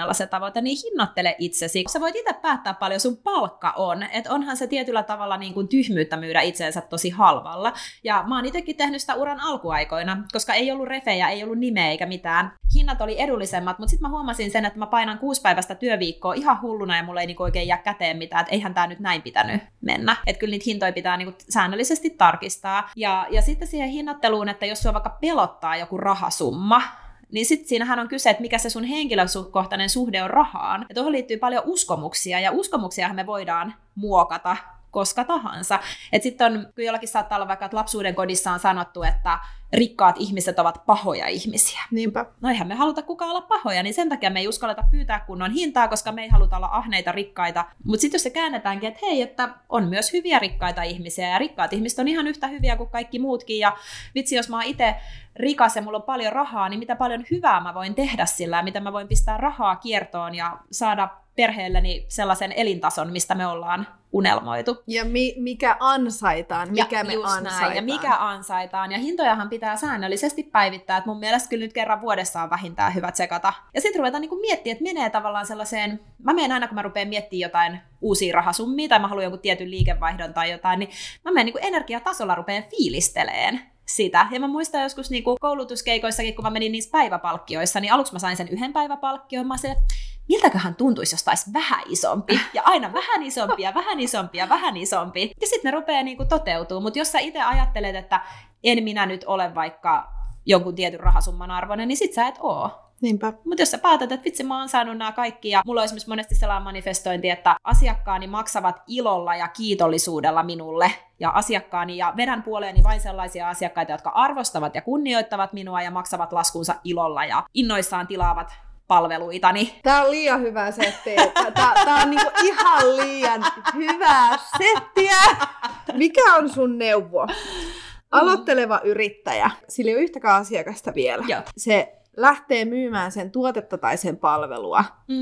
kunnianhimoisemmalla se tavoite, niin hinnoittele itsesi. Sä voit itse päättää paljon sun palkka on, että onhan se tietyllä tavalla niin kuin tyhmyyttä myydä itseensä tosi halvalla. Ja mä oon itsekin tehnyt sitä uran alkuaikoina, koska ei ollut refejä, ei ollut nimeä eikä mitään. Hinnat oli edullisemmat, mutta sitten mä huomasin sen, että mä painan 6-päiväistä työviikkoa ihan hulluna ja mulla ei niinku oikein jää käteen mitään, että eihän tää nyt näin pitänyt mennä. Että kyllä niitä hintoja pitää niinku säännöllisesti tarkistaa. Ja sitten siihen hinnoitteluun, että jos sua vaikka pelottaa joku rahasumma, niin sitten siinähän on kyse, että mikä se sun henkilökohtainen suhde on rahaan. Ja tuohon liittyy paljon uskomuksia, ja uskomuksiahan me voidaan muokata koska tahansa. Että sitten on, kun jollakin saattaa olla vaikka, että lapsuuden kodissa on sanottu, että rikkaat ihmiset ovat pahoja ihmisiä. Niinpä. No eihän me haluta kukaan olla pahoja, niin sen takia me ei uskalleta pyytää kunnon hintaa, koska me ei haluta olla ahneita rikkaita. Mutta sitten jos se käännetäänkin, että hei, että on myös hyviä rikkaita ihmisiä, ja rikkaat ihmiset on ihan yhtä hyviä kuin kaikki muutkin, ja vitsi, jos mä oon itse rikas ja mulla on paljon rahaa, niin mitä paljon hyvää mä voin tehdä sillä, ja miten mä voin pistää rahaa kiertoon ja saada perheelleni sellaisen elintason, mistä me ollaan unelmoitu. Ja mikä ansaitaan, mikä me ansaitaan. Näin, ja mikä ansaitaan. Ja hintojahan pitää säännöllisesti päivittää, että mun mielestä kyllä nyt kerran vuodessa on vähintään hyvä tsekata. Ja sitten ruvetaan niinku miettiä, että menee tavallaan sellaiseen, mä menen aina kun mä rupean miettimään jotain uusia rahasummia, tai mä haluan jonkun tietyn liikevaihdon tai jotain, niin mä menen niinku energiatasolla rupean fiilisteleen sitä. Ja mä muistan joskus niinku koulutuskeikoissakin, kun mä menin niissä päiväpalkkioissa, niin aluksi mä sain sen 1 päiväpalkkion, mä se, miltäköhän tuntuisi, jos taisi vähän isompi. Ja aina vähän isompi ja vähän isompi ja vähän isompi. Ja sitten ne rupeaa niinku toteutuu. Mutta jos sä itse ajattelet, että en minä nyt ole vaikka jonkun tietyn rahasumman arvoinen, niin sit sä et oo. Niinpä. Mutta jos sä päätät, että vitsi mä oon saanut nämä kaikki, ja mulla on esimerkiksi monesti sellainen manifestointi, että asiakkaani maksavat ilolla ja kiitollisuudella minulle, ja asiakkaani, ja vedän puoleeni vain sellaisia asiakkaita, jotka arvostavat ja kunnioittavat minua, ja maksavat laskunsa ilolla, ja innoissaan tilaavat palveluitani. Tää on liian hyvä setti. Tää on niinku ihan liian hyvää settiä. Mikä on sun neuvo? Aloitteleva yrittäjä, sillä ei ole yhtäkään asiakasta vielä. Joo. Se lähtee myymään sen tuotetta tai sen palvelua.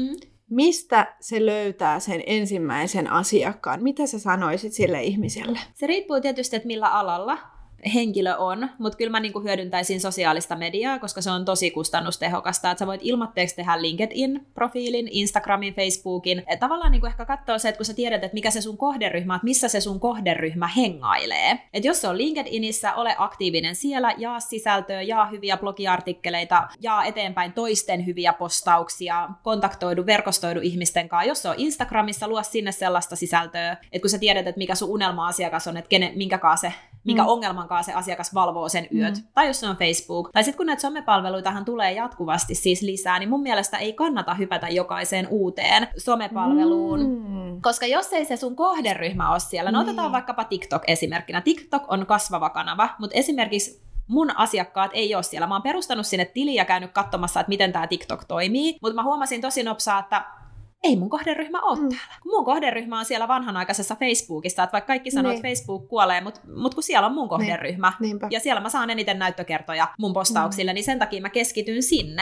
Mistä se löytää sen ensimmäisen asiakkaan? Mitä sä sanoisit sille ihmiselle? Se riippuu tietysti, että millä alalla henkilö on, mutta kyllä mä niinku hyödyntäisin sosiaalista mediaa, koska se on tosi kustannustehokasta, että sä voit ilmatteeksi tehdä LinkedIn-profiilin, Instagramin, Facebookin. Et tavallaan niinku ehkä katsoo se, että kun sä tiedät, että mikä se sun kohderyhmä, että missä se sun kohderyhmä hengailee. Et jos se on LinkedInissä, ole aktiivinen siellä, jaa sisältöä, jaa hyviä blogiartikkeleita, jaa eteenpäin toisten hyviä postauksia, kontaktoidu, verkostoidu ihmisten kanssa. Jos se on Instagramissa, luo sinne sellaista sisältöä, että kun sä tiedät, että mikä sun unelma-asiakas on, että minkä ongelman se asiakas valvoo sen yöt, tai jos se on Facebook. Tai sitten kun näitä somepalveluitahan tulee jatkuvasti siis lisää, niin mun mielestä ei kannata hypätä jokaiseen uuteen somepalveluun, koska jos ei se sun kohderyhmä ole siellä, no otetaan vaikkapa TikTok esimerkkinä. TikTok on kasvava kanava, mutta esimerkiksi mun asiakkaat ei ole siellä. Mä oon perustanut sinne tiliä ja käynyt katsomassa, että miten tää TikTok toimii, mutta mä huomasin tosi nopsaa, että ei mun kohderyhmä ole täällä. Mun kohderyhmä on siellä vanhanaikaisessa Facebookissa, että vaikka kaikki sanoo, että Facebook kuolee, mutta kun siellä on mun kohderyhmä, ja siellä mä saan eniten näyttökertoja mun postauksille, niin sen takia mä keskityn sinne.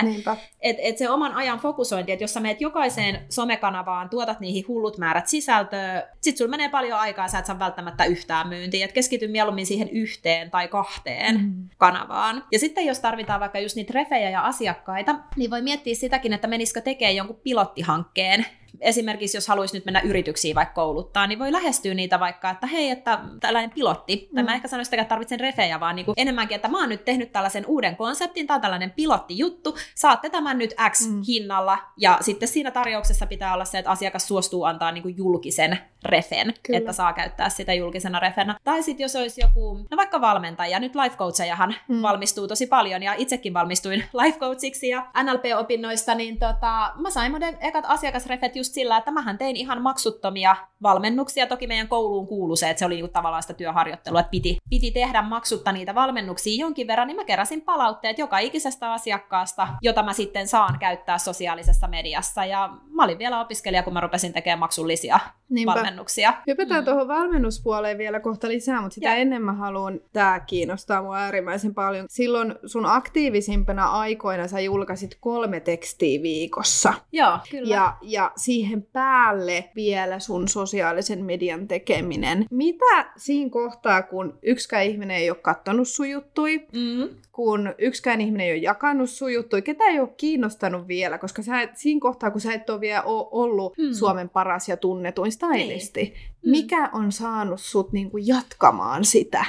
Et se oman ajan fokusointi, että jos sä meet jokaiseen somekanavaan, tuotat niihin hullut määrät sisältöä, sit sulla menee paljon aikaa, sä et saa välttämättä yhtään myyntiä, että keskityn mieluummin siihen 1 tai 2 kanavaan. Ja sitten jos tarvitaan vaikka just niitä refejä ja asiakkaita, niin voi miettiä sitäkin, että menisikö tekemään jonkun pilottihankkeen. Esimerkiksi jos haluaisi nyt mennä yrityksiin vaikka kouluttaa, niin voi lähestyä niitä vaikka, että hei, että tällainen pilotti, tai mä ehkä sanoisin sitä, että tarvitsen refejä, vaan niin kuin enemmänkin, että mä oon nyt tehnyt tällaisen uuden konseptin, tää on tällainen pilottijuttu, saatte tämän nyt X hinnalla, ja sitten siinä tarjouksessa pitää olla se, että asiakas suostuu antaa niin kuin julkisen refen, että saa käyttää sitä julkisena refenä. Tai sitten jos olisi joku, no vaikka valmentaja, nyt life coachejahan valmistuu tosi paljon, ja itsekin valmistuin life coachiksi ja NLP-opinnoista, niin mä sain mun ekat asiakasrefet just sillä, että mähän tein ihan maksuttomia valmennuksia. Toki meidän kouluun kuului se, että se oli niinku tavallaan sitä työharjoittelua, että piti tehdä maksutta niitä valmennuksia jonkin verran, niin mä keräsin palautteet joka ikisestä asiakkaasta, jota mä sitten saan käyttää sosiaalisessa mediassa. Ja mä olin vielä opiskelija, kun mä rupesin tekemään maksullisia valmennuksia. Hypätään tuohon valmennuspuoleen vielä kohta lisää, mutta sitä ennen mä haluan, tää kiinnostaa mua äärimmäisen paljon. Silloin sun aktiivisimpana aikoina sä julkaisit 3 tekstiä viikossa. Joo, kyllä. Ja siihen päälle vielä sun sosiaalisen median tekeminen. Mitä siinä kohtaa, kun yksikään ihminen ei ole katsonut sun juttui, kun yksikään ihminen ei ole jakanut sun juttui, ketä ei ole kiinnostanut vielä, koska siinä kohtaa, kun sä et ole vielä ollut Suomen paras ja tunnetuin stylisti, mikä on saanut sut niinku jatkamaan sitä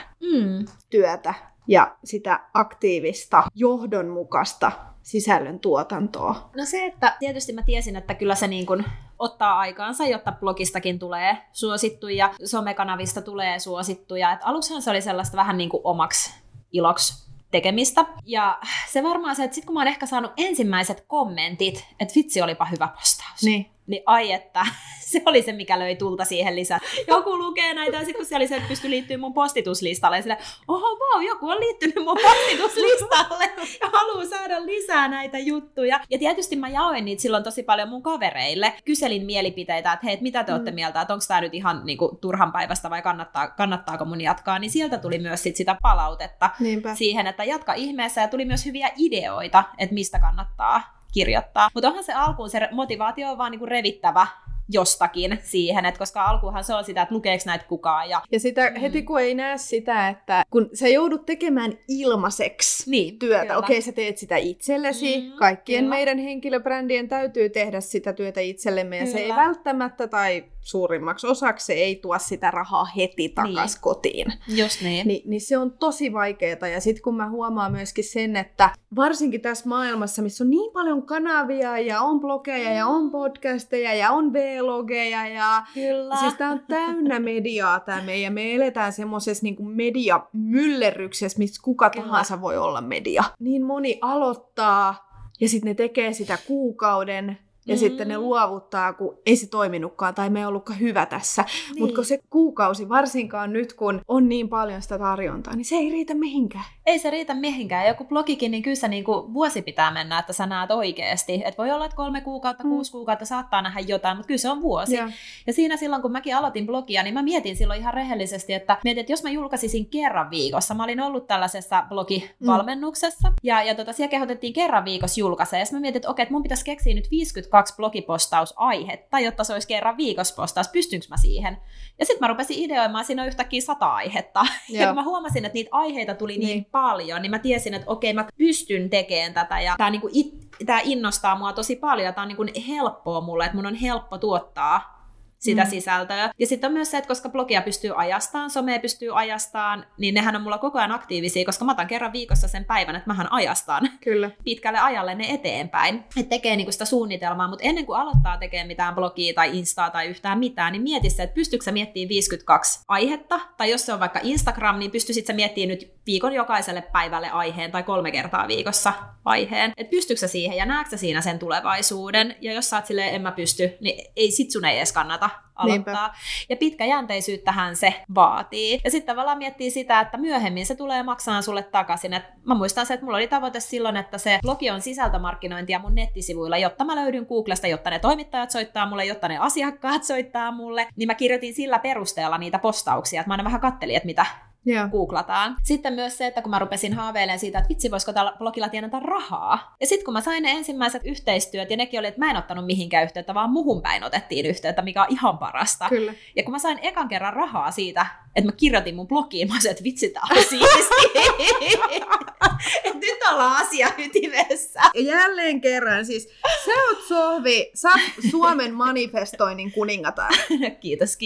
työtä ja sitä aktiivista, johdonmukaista sisällön tuotantoa? No se, että tietysti mä tiesin, että kyllä se niin kuin ottaa aikaansa, jotta blogistakin tulee suosittuja, somekanavista tulee suosittuja. Et alussahan se oli sellaista vähän niin kuin omaksi iloksi tekemistä. Ja se varmaan se, että sit kun mä oon ehkä saanut ensimmäiset kommentit, että vitsi, olipa hyvä postaus. Niin ai että, se oli se, mikä löi tulta siihen lisää. Joku lukee näitä, ja sitten kun siellä oli se, että pystyi liittyä mun postituslistalle, ja sille, oho vau, joku on liittynyt mun postituslistalle, ja haluaa saada lisää näitä juttuja. Ja tietysti mä jaoin niitä silloin tosi paljon mun kavereille. Kyselin mielipiteitä, että hei, mitä te olette mieltä, että onko tää nyt ihan niinku turhan päivästä, vai kannattaako mun jatkaa. Niin sieltä tuli myös sit sitä palautetta siihen, että jatka ihmeessä, ja tuli myös hyviä ideoita, että mistä kannattaa kirjoittaa. Mutta onhan se alkuun, se motivaatio on vaan niinku revittävä jostakin siihen, että koska alkuunhan se on sitä, että lukeeko näitä kukaan. Ja sitä heti kun ei näe sitä, että kun sä joudut tekemään ilmaiseksi työtä, okei, sä teet sitä itsellesi, kaikkien meidän henkilöbrändien täytyy tehdä sitä työtä itsellemme, ja se ei välttämättä, tai suurimmaksi osaksi se ei tuo sitä rahaa heti takas kotiin. Just niin. Niin se on tosi vaikeaa, ja sitten kun mä huomaan myöskin sen, että varsinkin tässä maailmassa, missä on niin paljon kanavia, ja on blogeja, ja on podcasteja, ja on vlogeja, ja siis tää on täynnä mediaa tää meidän. Me eletään semmoisessa niinku mediamyllerryksessä, missä kuka tahansa voi olla media. Niin moni aloittaa, ja sitten ne tekee sitä kuukauden, ja sitten ne luovuttaa, kun ei se toiminutkaan tai me ei ollutkaan hyvä tässä. Niin. Mutta kun se kuukausi, varsinkaan nyt, kun on niin paljon sitä tarjontaa, niin se ei riitä mihinkään. Ei se riitä mihinkään. Joku blogikin, niin kyllä se niinku vuosi pitää mennä, että sä näet oikeasti. Et voi olla, että 3 kuukautta, 6 kuukautta saattaa nähdä jotain, mutta kyllä se on vuosi. Ja siinä silloin, kun mäkin aloitin blogia, niin mä mietin silloin ihan rehellisesti, että jos mä julkaisisin kerran viikossa. Mä olin ollut tällaisessa blogivalmennuksessa, ja siellä kehotettiin kerran viikossa julkaisee. Ja mä mietin, että okei, että mun pitäisi keksiä nyt 52 blogipostausaihetta, jotta se olisi kerran viikossa postaus. Pystynkö mä siihen? Ja sitten mä rupesin ideoimaan, siinä on yhtäkkiä 100 aihetta. Ja kun mä huomasin, että niitä aiheita tuli niin paljon, niin mä tiesin, että okei, mä pystyn tekemään tätä. Ja tää innostaa mua tosi paljon. Tää on niinku helppoa mulle, että mun on helppo tuottaa sitä sisältöä. Ja sitten on myös se, että koska blogia pystyy ajastaan, somea pystyy ajastaan, niin nehän on mulla koko ajan aktiivisia, koska mä otan kerran viikossa sen päivän, että mähän ajastaan pitkälle ajalle ne eteenpäin. Että tekee niinku sitä suunnitelmaa, mutta ennen kuin aloittaa tekemään mitään blogia tai instaa tai yhtään mitään, niin mieti se, että pystytkö sä miettimään 52 aihetta, tai jos se on vaikka Instagram, niin pystyisit sä miettimään nyt viikon jokaiselle päivälle aiheen tai 3 kertaa viikossa aiheen. Että pystytkö sä siihen ja näetkö sä siinä sen tulevaisuuden, ja jos sä oot silleen, en mä pysty, niin sit sun ei edes kannata aloittaa. Niinpä. Ja pitkäjänteisyyttähän se vaatii. Ja sitten tavallaan miettii sitä, että myöhemmin se tulee maksamaan sulle takaisin. Et mä muistan se, että mulla oli tavoite silloin, että se blogi on sisältömarkkinointia mun nettisivuilla, jotta mä löydyn Googlesta, jotta ne toimittajat soittaa mulle, jotta ne asiakkaat soittaa mulle. Niin mä kirjoitin sillä perusteella niitä postauksia, että mä aina vähän kattelin, että mitä googlataan. Sitten myös se, että kun mä rupesin haaveilemaan siitä, että vitsi, voisiko tällä blogilla tienata rahaa. Ja sitten kun mä sain ne ensimmäiset yhteistyöt, ja nekin oli, että mä en ottanut mihinkään yhteyttä, vaan muhun päin otettiin yhteyttä, mikä on ihan parasta. Kyllä. Ja kun mä sain ekan kerran rahaa siitä, että mä kirjoitin mun blogiin, mä sanoin, että vitsi, tää on siistiä. Että nyt ollaan asia ytimessä. Ja jälleen kerran, siis sä oot Sohvi, sä oot Suomen manifestoinnin kuningatar. Kiitos.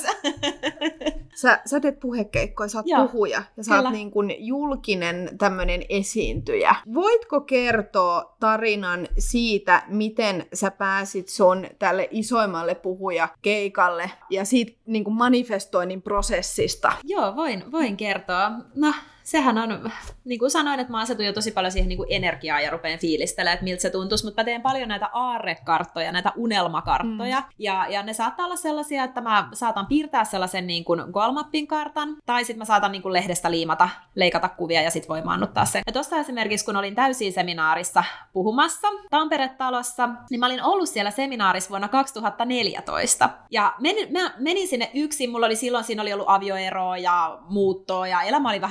Sä teet puhekeikkoja, sä oot puhuja ja sä oot niin kuin julkinen tämmönen esiintyjä. Voitko kertoa tarinan siitä, miten sä pääsit sun tälle isoimmalle puhujakeikalle ja siitä niin kuin manifestoinnin prosessista? Joo, voin kertoa. No, sehän on, niin kuin sanoin, että mä asetun jo tosi paljon siihen niin kuin energiaa ja rupean fiilistelemään, että miltä se tuntuisi, mutta mä teen paljon näitä aarrekarttoja, näitä unelmakarttoja, ja ne saattaa olla sellaisia, että mä saatan piirtää sellaisen niin kuin Goal-mappin kartan, tai sitten mä saatan niin kuin lehdestä leikata kuvia ja sitten voimaannuttaa se. Ja tuosta esimerkiksi, kun olin täysi-seminaarissa puhumassa Tampere-talossa, niin mä olin ollut siellä seminaarissa vuonna 2014, ja menin sinne yksin, mulla oli silloin, siinä oli ollut avioeroa ja muuttoa, ja elämä oli vähän sellaisessa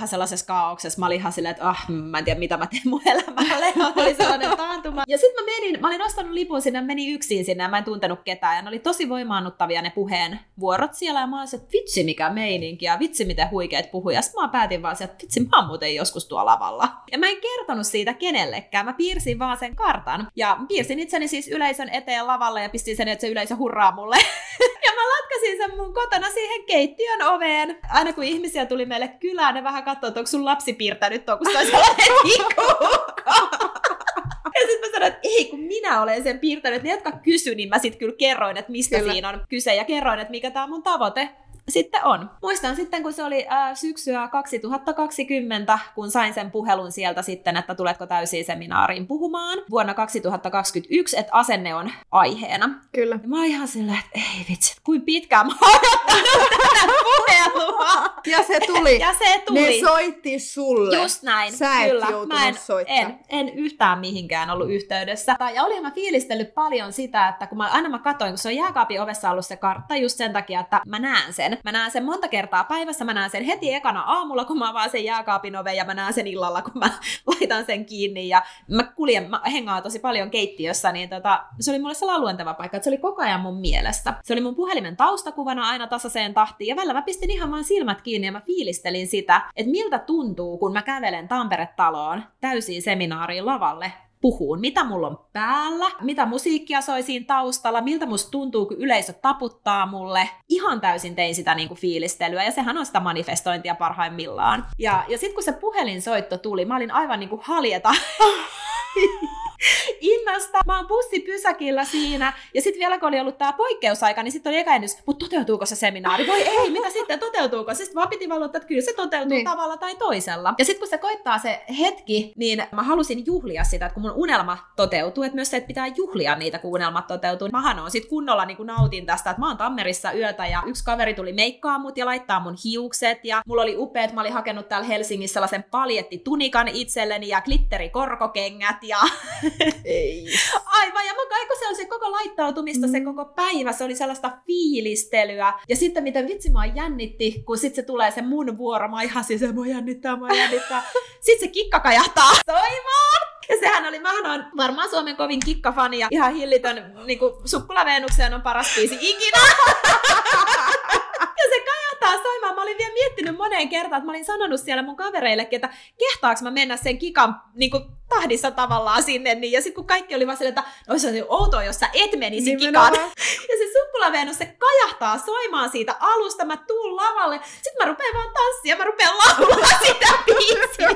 kaauksessa. Mä olin ihan silleen, että mä en tiedä mitä mä teen mun elämälle. Oli sellainen taantuma. Ja sitten mä olin ostanut lipun sinne, menin yksin sinne ja mä en tuntenut ketään. Ja ne oli tosi voimaannuttavia ne puheenvuorot siellä. Ja mä olin että vitsi mikä meininki ja vitsi miten huikeat puhuja. Sitten mä päätin vaan että vitsi mä oon muuten joskus tuolla lavalla. Ja mä en kertonut siitä kenellekään. Mä piirsin vaan sen kartan. Ja piirsin itseni siis yleisön eteen lavalle ja pistin sen, että se yleisö hurraa mulle. Ja mä latkasin sen mun kotona siihen keittiön oveen. Aina kun ihmisiä tuli meille kylään, ne vähän katsoi, että onko sun lapsi piirtänyt tuon, kun se olisi sellainen pikkuukko. Ja sitten mä sanoin, että ei, kun minä olen sen piirtänyt. Ne, jotka kysyi, niin mä sitten kyllä kerroin, että mistä siinä on kyse. Ja kerroin, että mikä tää on mun tavoite sitten on. Muistan sitten, kun se oli syksyä 2020, kun sain sen puhelun sieltä sitten, että tuletko täysiin seminaariin puhumaan. Vuonna 2021, että asenne on aiheena. Kyllä. Ja mä oon ihan silleen, että ei vitsi, kuinka pitkään mä oon odottanut tätä puhelua. Ja se tuli. Ja se tuli. Ne soitti sulle. Just näin. Sä et kyllä. joutunut soittaa. En yhtään mihinkään ollut yhteydessä. Ja olin mä fiilistellyt paljon sitä, että kun mä katsoin, kun se on jääkaapin ovessa ollut se kartta just sen takia, että mä näen sen. Mä näen sen monta kertaa päivässä, mä näen sen heti ekana aamulla, kun mä avaan sen jääkaapin oven, ja mä näen sen illalla, kun mä laitan sen kiinni. Ja mä hengaan tosi paljon keittiössä, niin se oli mulle sellainen luonteva paikka, että se oli koko ajan mun mielessä. Se oli mun puhelimen taustakuvana aina tasaiseen tahtiin, ja välillä mä pistin ihan vaan silmät kiinni, ja mä fiilistelin sitä, että miltä tuntuu, kun mä kävelen Tampere-taloon täysiin seminaariin lavalle, puhuun, mitä mulla on päällä, mitä musiikkia soi siinä taustalla, miltä musta tuntuu, kun yleisö taputtaa mulle. Ihan täysin tein sitä niinku fiilistelyä, ja sehän on sitä manifestointia parhaimmillaan. Ja sitten kun se puhelinsoitto tuli, mä olin aivan niinku haljeta innasta. Mä oon bussipysäkillä siinä, ja sitten vielä kun oli ollut tää poikkeusaika, niin sitten oli eka ennys, mutta toteutuuko se seminaari? Voi ei, mitä sitten, toteutuuko? Sitten vaan piti valottaa, että kyllä se toteutuu tavalla tai toisella. Ja sitten kun se koittaa se hetki, niin mä halusin juhlia sitä, että kun mun unelma toteutuu, että myös se, että pitää juhlia niitä, kun unelmat toteutuu. Mähän on sitten kunnolla niin kuin nautin tästä, että mä oon Tammerissa yötä, ja yksi kaveri tuli meikkaa mut ja laittaa mun hiukset, ja mulla oli upeat, mä olin hakenut täällä Helsingissä sellaisen paljettitunikan itselleni, ja glitterikorkokengät, ja ei. Aivan, ja kun se oli se koko laittautumista, se koko päivä, se oli sellaista fiilistelyä. Ja sitten miten vitsi mua jännitti, kun sitten se tulee se mun vuoro, mä ihan siis, mua jännittää. Sitten se kikka kajahtaa soimaan. Ja mähän on varmaan Suomen kovin kikkafani ja ihan hillitön, niinku Sukkulavenukseen on paras biisi ikinä. Ja se kajahtaa soimaan. Mä olin vielä miettinyt moneen kertaan, että mä olin sanonut siellä mun kavereillekin, että kehtaaks mä mennä sen kikan niinku tahdissa tavallaan sinne. Niin. Ja sitten kun kaikki oli vaan silleen, että olisi outoa, jos sä et menisi kikaan. Ja se Sukkulavenus, se kajahtaa soimaan siitä alusta. Mä tuun lavalle. Sitten mä rupean vaan tanssia. Mä rupean laulaa sitä biisiä.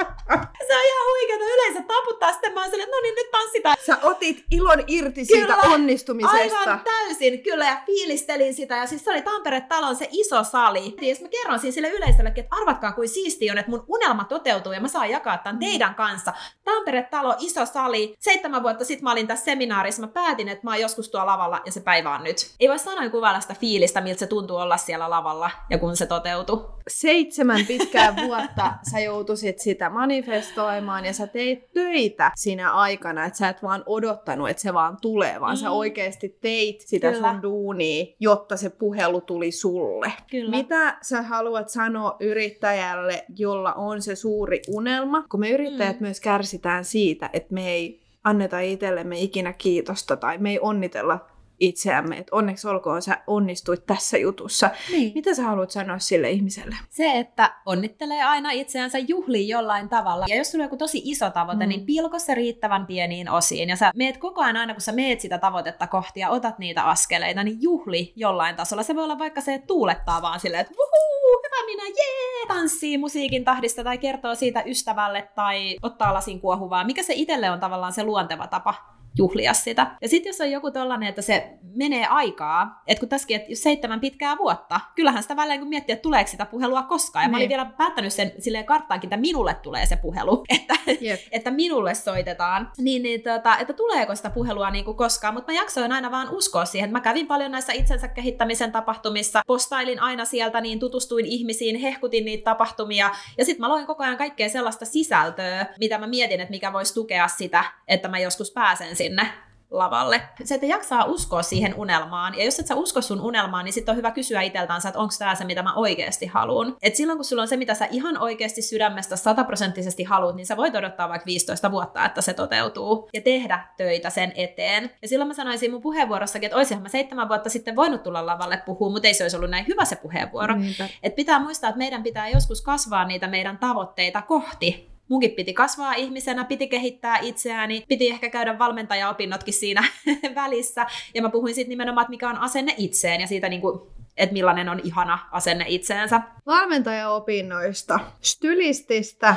Se on ihan huikeeta. Yleensä taputtaa. Sitten mä oon silleen, että no niin, nyt tanssitaan. Sä otit ilon irti siitä onnistumisesta. Aivan täysin, kyllä. Ja fiilistelin sitä. Ja siis se oli Tampere-talon se iso sali. Ja mä kerron siinä sille yleisöllekin, että arvatkaa kuin siistiä on, että mun unelma toteutuu ja mä saan jakaa tämän teidän kanssa. Tampere-talo, iso sali. 7 vuotta sitten mä olin tässä seminaarissa. Mä päätin, että mä oon joskus tuolla lavalla ja se päivä on nyt. Ei voi sanoin kuvailla sitä fiilistä, miltä se tuntuu olla siellä lavalla ja kun se toteutui. 7 pitkää vuotta sä joutuisit sitä manifestoimaan ja sä teit töitä siinä aikana, että sä et vaan odottanut, että se vaan tulee, vaan sä oikeasti teit sitä sun duunia, jotta se puhelu tuli sulle. Kyllä. Mitä sä haluat sanoa yrittäjälle, jolla on se suuri unelma? Kun me yrittäjät myös kärsitään siitä, että me ei anneta itsellemme ikinä kiitosta tai me ei onnitella itseämme, että onneksi olkoon sä onnistuit tässä jutussa. Niin. Mitä sä haluat sanoa sille ihmiselle? Se, että onnittelee aina itseänsä, juhlii jollain tavalla. Ja jos sulla on joku tosi iso tavoite, niin pilko se riittävän pieniin osiin. Ja sä meet koko ajan kun sä meet sitä tavoitetta kohti ja otat niitä askeleita, niin juhli jollain tasolla. Se voi olla vaikka se, että tuulettaa vaan silleen, että vuhuu, hyvä minä, jee! Tanssii musiikin tahdista tai kertoo siitä ystävälle tai ottaa lasin kuohuvaa. Mikä se itselle on tavallaan se luonteva tapa juhlia sitä. Ja sitten jos on joku tollainen, että se menee aikaa, että kun tässäkin, että 7 pitkää vuotta, kyllähän sitä välillä kun miettii, että tuleeko sitä puhelua koskaan. Ja mä olin vielä päättänyt sen silleen karttaankin, että minulle tulee se puhelu, että minulle soitetaan. Että tuleeko sitä puhelua niin kuin koskaan, mutta mä jaksoin aina vaan uskoa siihen. Mä kävin paljon näissä itsensä kehittämisen tapahtumissa, postailin aina sieltä, niin tutustuin ihmisiin, hehkutin niitä tapahtumia. Ja sitten mä loin koko ajan kaikkea sellaista sisältöä, mitä mä mietin, että mikä voisi tukea sitä, että mä joskus pääsen sinne lavalle. Se, että jaksaa uskoa siihen unelmaan, ja jos et sä usko sun unelmaan, niin sitten on hyvä kysyä itseltänsä, että onko tämä se, mitä mä oikeasti haluan. Et silloin, kun sulla on se, mitä sä ihan oikeasti sydämestä 100% haluat, niin sä voit odottaa vaikka 15 vuotta, että se toteutuu, ja tehdä töitä sen eteen. Ja silloin mä sanoisin mun puheenvuorossakin, että olisinhan mä 7 vuotta sitten voinut tulla lavalle puhua, mutta ei se olisi ollut näin hyvä se puheenvuoro. Et pitää muistaa, että meidän pitää joskus kasvaa niitä meidän tavoitteita kohti. Munkin piti kasvaa ihmisenä, piti kehittää itseäni, piti ehkä käydä valmentajaopinnotkin siinä välissä. Ja mä puhuin siitä nimenomaan, että mikä on asenne itseen ja siitä, että millainen on ihana asenne itseensä. Valmentajaopinnoista, stylististä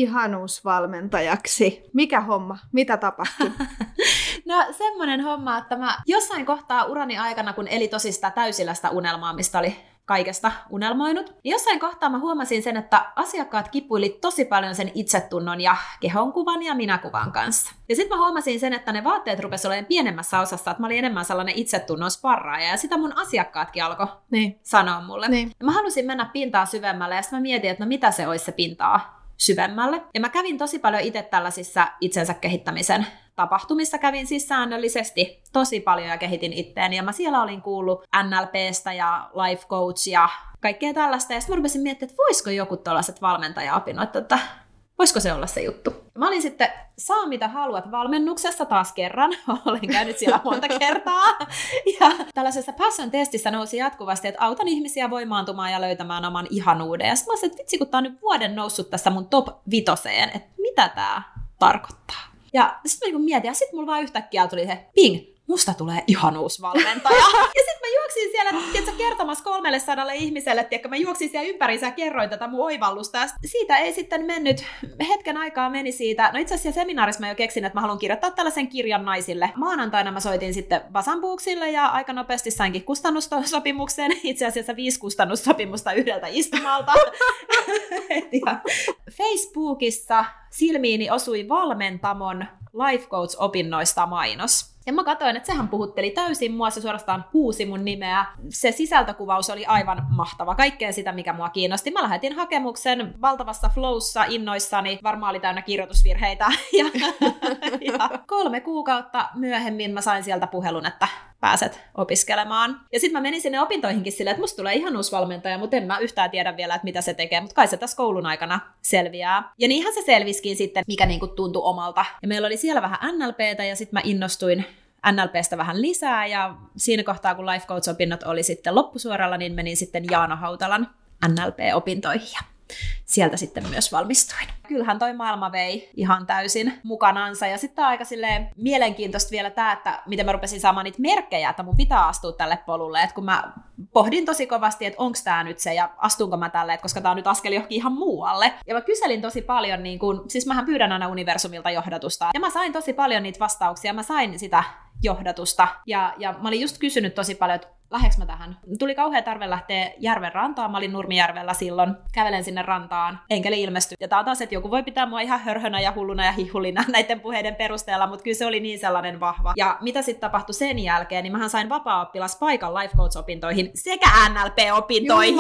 ihanuusvalmentajaksi. Mikä homma? Mitä tapahtui? No semmoinen homma, että mä jossain kohtaa urani aikana, kun eli tosi sitä täysiläistä unelmaa, mistä oli kaikesta unelmoinut, niin jossain kohtaa mä huomasin sen, että asiakkaat kipuili tosi paljon sen itsetunnon ja kehonkuvan ja minäkuvan kanssa. Ja sitten mä huomasin sen, että ne vaatteet rupesi olemaan pienemmässä osassa, että mä olin enemmän sellainen itsetunnon sparraaja, ja sitä mun asiakkaatkin alkoi sanoa mulle. Niin. Ja mä halusin mennä pintaa syvemmälle, ja sitten mä mietin, että no mitä se olisi se pintaa syvemmälle. Ja mä kävin tosi paljon itse tällaisissa itsensä kehittämisen tapahtumissa, kävin siis säännöllisesti tosi paljon ja kehitin itteeni. Ja mä siellä olin kuullut NLPstä ja life coach ja kaikkea tällaista. Ja sitten mä rupesin miettimään, että voisiko joku tällaiset valmentaja-opinnot, että voisiko se olla se juttu. Mä olin sitten Saa mitä haluat valmennuksessa taas kerran. Olen käynyt siellä monta kertaa. Ja tällaisessa passion-testissä nousi jatkuvasti, että autan ihmisiä voimaantumaan ja löytämään oman ihanuuden. Ja sitten mä olisin, että vitsi, kun tää on nyt vuoden noussut tässä mun top 5, että mitä tää tarkoittaa. Ja sitten mä mietin, ja sitten mulla vaan yhtäkkiä tuli se ping, musta tulee ihanuusvalmentaja. Ja sitten mä juoksin siellä kertomassa 300 ihmiselle, mä juoksin siellä ympäriinsä ja kerroin tätä mun oivallusta. Ja siitä ei sitten mennyt, hetken aikaa meni siitä. No itse asiassa seminaarissa mä jo keksin, että mä haluan kirjoittaa tällaisen kirjan naisille. Maanantaina mä soitin sitten Basambuuksille ja aika nopeasti sainkin kustannussopimuksen. Itse asiassa 5 kustannussopimusta yhdeltä istumalta. Ja Facebookissa silmiini osui Valmentamon Life Coach-opinnoista mainos. Ja mä katsoin, että sehän puhutteli täysin mua, se suorastaan huusi mun nimeä. Se sisältökuvaus oli aivan mahtava, kaikkea sitä, mikä mua kiinnosti. Mä lähetin hakemuksen valtavassa flowssa, innoissani, varmaan oli täynnä kirjoitusvirheitä. Ja 3 kuukautta myöhemmin mä sain sieltä puhelun, että pääset opiskelemaan. Ja sitten mä menin sinne opintoihinkin silleen, että musta tulee ihanuusvalmentaja, mutta en mä yhtään tiedä vielä, että mitä se tekee, mutta kai se tässä koulun aikana selviää. Ja niinhän se selviskin sitten, mikä niinku tuntui omalta. Ja meillä oli siellä vähän NLPtä ja sitten mä innostuin NLPstä vähän lisää ja siinä kohtaa, kun Life Coach-opinnot oli sitten loppusuoralla, niin menin sitten Jaana Hautalan NLP-opintoihin ja sieltä sitten myös valmistuin. Kyllähän toi maailma vei ihan täysin mukanansa. Ja sitten aika silleen mielenkiintoista vielä tämä, että miten mä rupesin saamaan niitä merkkejä, että mun pitää astua tälle polulle. Et kun mä pohdin tosi kovasti, että onko tämä nyt se ja astunko mä tälle, koska tämä on nyt askel johonkin ihan muualle. Ja mä kyselin tosi paljon, siis mähän pyydän aina universumilta johdatusta. Ja mä sain tosi paljon niitä vastauksia. Mä sain sitä johdatusta. Ja mä olin just kysynyt tosi paljon, että lähdekö mä tähän? Tuli kauhea tarve lähteä järven rantaan. Mä olin Nurmijärvellä silloin. Kävelen sinne rantaan. Enkeli ilmestyi. Ja tää on taas, että joku voi pitää mua ihan hörhönä ja hulluna ja hihulina näiden puheiden perusteella, mutta kyllä se oli niin sellainen vahva. Ja mitä sitten tapahtui sen jälkeen, niin mähän sain vapaa-oppilaspaikan Life Coach-opintoihin sekä NLP-opintoihin.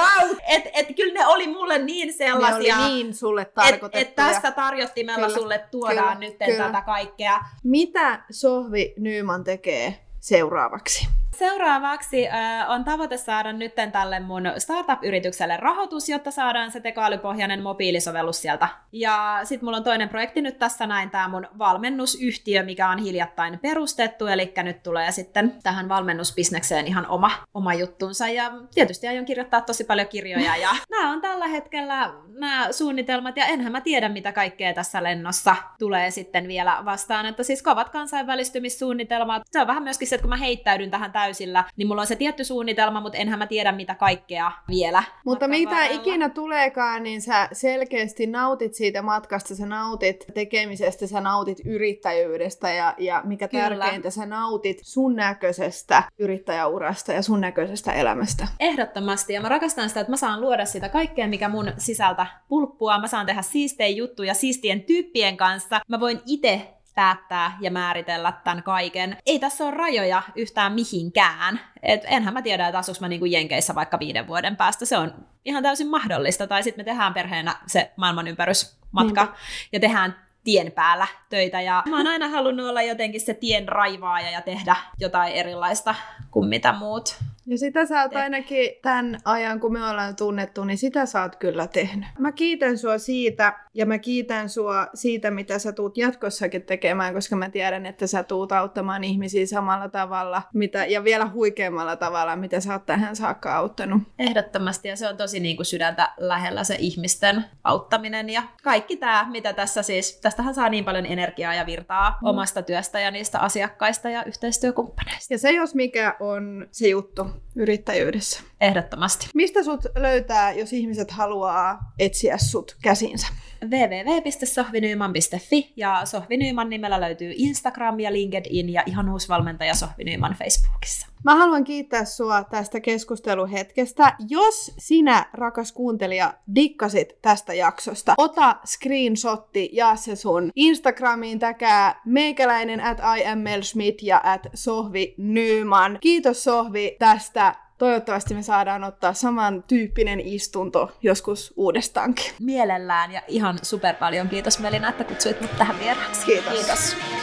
Et kyllä ne oli mulle niin sellaisia. Ne oli niin sulle tarkoitettuja. Että tästä tarjottimella kyllä, sulle tuodaan nyt tätä kaikkea. Mitä Sohvi Nyman tekee seuraavaksi? Seuraavaksi on tavoite saada nyt tälle mun startup-yritykselle rahoitus, jotta saadaan se tekoälypohjainen mobiilisovellus sieltä. Ja sitten mulla on toinen projekti nyt tässä näin, tämä mun valmennusyhtiö, mikä on hiljattain perustettu, eli nyt tulee sitten tähän valmennusbisnekseen ihan oma juttunsa. Ja tietysti aion kirjoittaa tosi paljon kirjoja, ja nämä on tällä hetkellä nämä suunnitelmat, ja enhän mä tiedä, mitä kaikkea tässä lennossa tulee sitten vielä vastaan. Että siis kovat kansainvälistymissuunnitelmat, se on vähän myöskin se, että kun mä heittäydyn tähän täysillä, niin mulla on se tietty suunnitelma, mutta enhän mä tiedä, mitä kaikkea vielä. Mutta mitä ikinä tuleekaan, niin sä selkeästi nautit siitä matkasta, sä nautit tekemisestä, sä nautit yrittäjyydestä ja mikä tärkeintä, sä nautit sun näköisestä yrittäjäurasta ja sun näköisestä elämästä. Ehdottomasti, ja mä rakastan sitä, että mä saan luoda sitä kaikkea, mikä mun sisältä pulppua, mä saan tehdä siistejä juttuja siistien tyyppien kanssa, mä voin itse päättää ja määritellä tämän kaiken. Ei tässä ole rajoja yhtään mihinkään. Enhän mä tiedä, että asuks mä niinku Jenkeissä vaikka 5 vuoden päästä. Se on ihan täysin mahdollista. Tai sitten me tehdään perheenä se maailmanympärysmatka ja tehdään tien päällä töitä ja mä oon aina halunnut olla jotenkin se tien raivaaja ja tehdä jotain erilaista kuin mitä muut. Ja sitä sä oot ainakin tämän ajan, kun me ollaan tunnettu, niin sitä sä oot kyllä tehnyt. Mä kiitän sua siitä, ja mä kiitän sua siitä, mitä sä tuut jatkossakin tekemään, koska mä tiedän, että sä tuut auttamaan ihmisiä samalla tavalla, ja vielä huikeammalla tavalla, mitä sä oot tähän saakka auttanut. Ehdottomasti, ja se on tosi niin kuin sydäntä lähellä se ihmisten auttaminen, ja kaikki tämä, mitä tässä siis, tästähän saa niin paljon energiaa ja virtaa omasta työstä ja niistä asiakkaista ja yhteistyökumppaneista. Ja se jos mikä on se juttu yrittäjyydessä. Ehdottomasti. Mistä sut löytää, jos ihmiset haluaa etsiä sut käsinsä? www.sohvinyman.fi ja Sohvi Nyman nimellä löytyy Instagram ja LinkedIn ja ihan uusi valmentaja Sohvi Nyman Facebookissa. Mä haluan kiittää sua tästä keskusteluhetkestä. Jos sinä, rakas kuuntelija, dikkasit tästä jaksosta, ota screenshotti, jaa se sun Instagramiin, täkää meikäläinen @IamMelSmith ja @SohviNyman. Kiitos Sohvi tästä. Toivottavasti me saadaan ottaa samantyyppinen istunto joskus uudestaankin. Mielellään ja ihan super paljon kiitos Melina, että kutsuit mut tähän vieraaksi. Kiitos. Kiitos.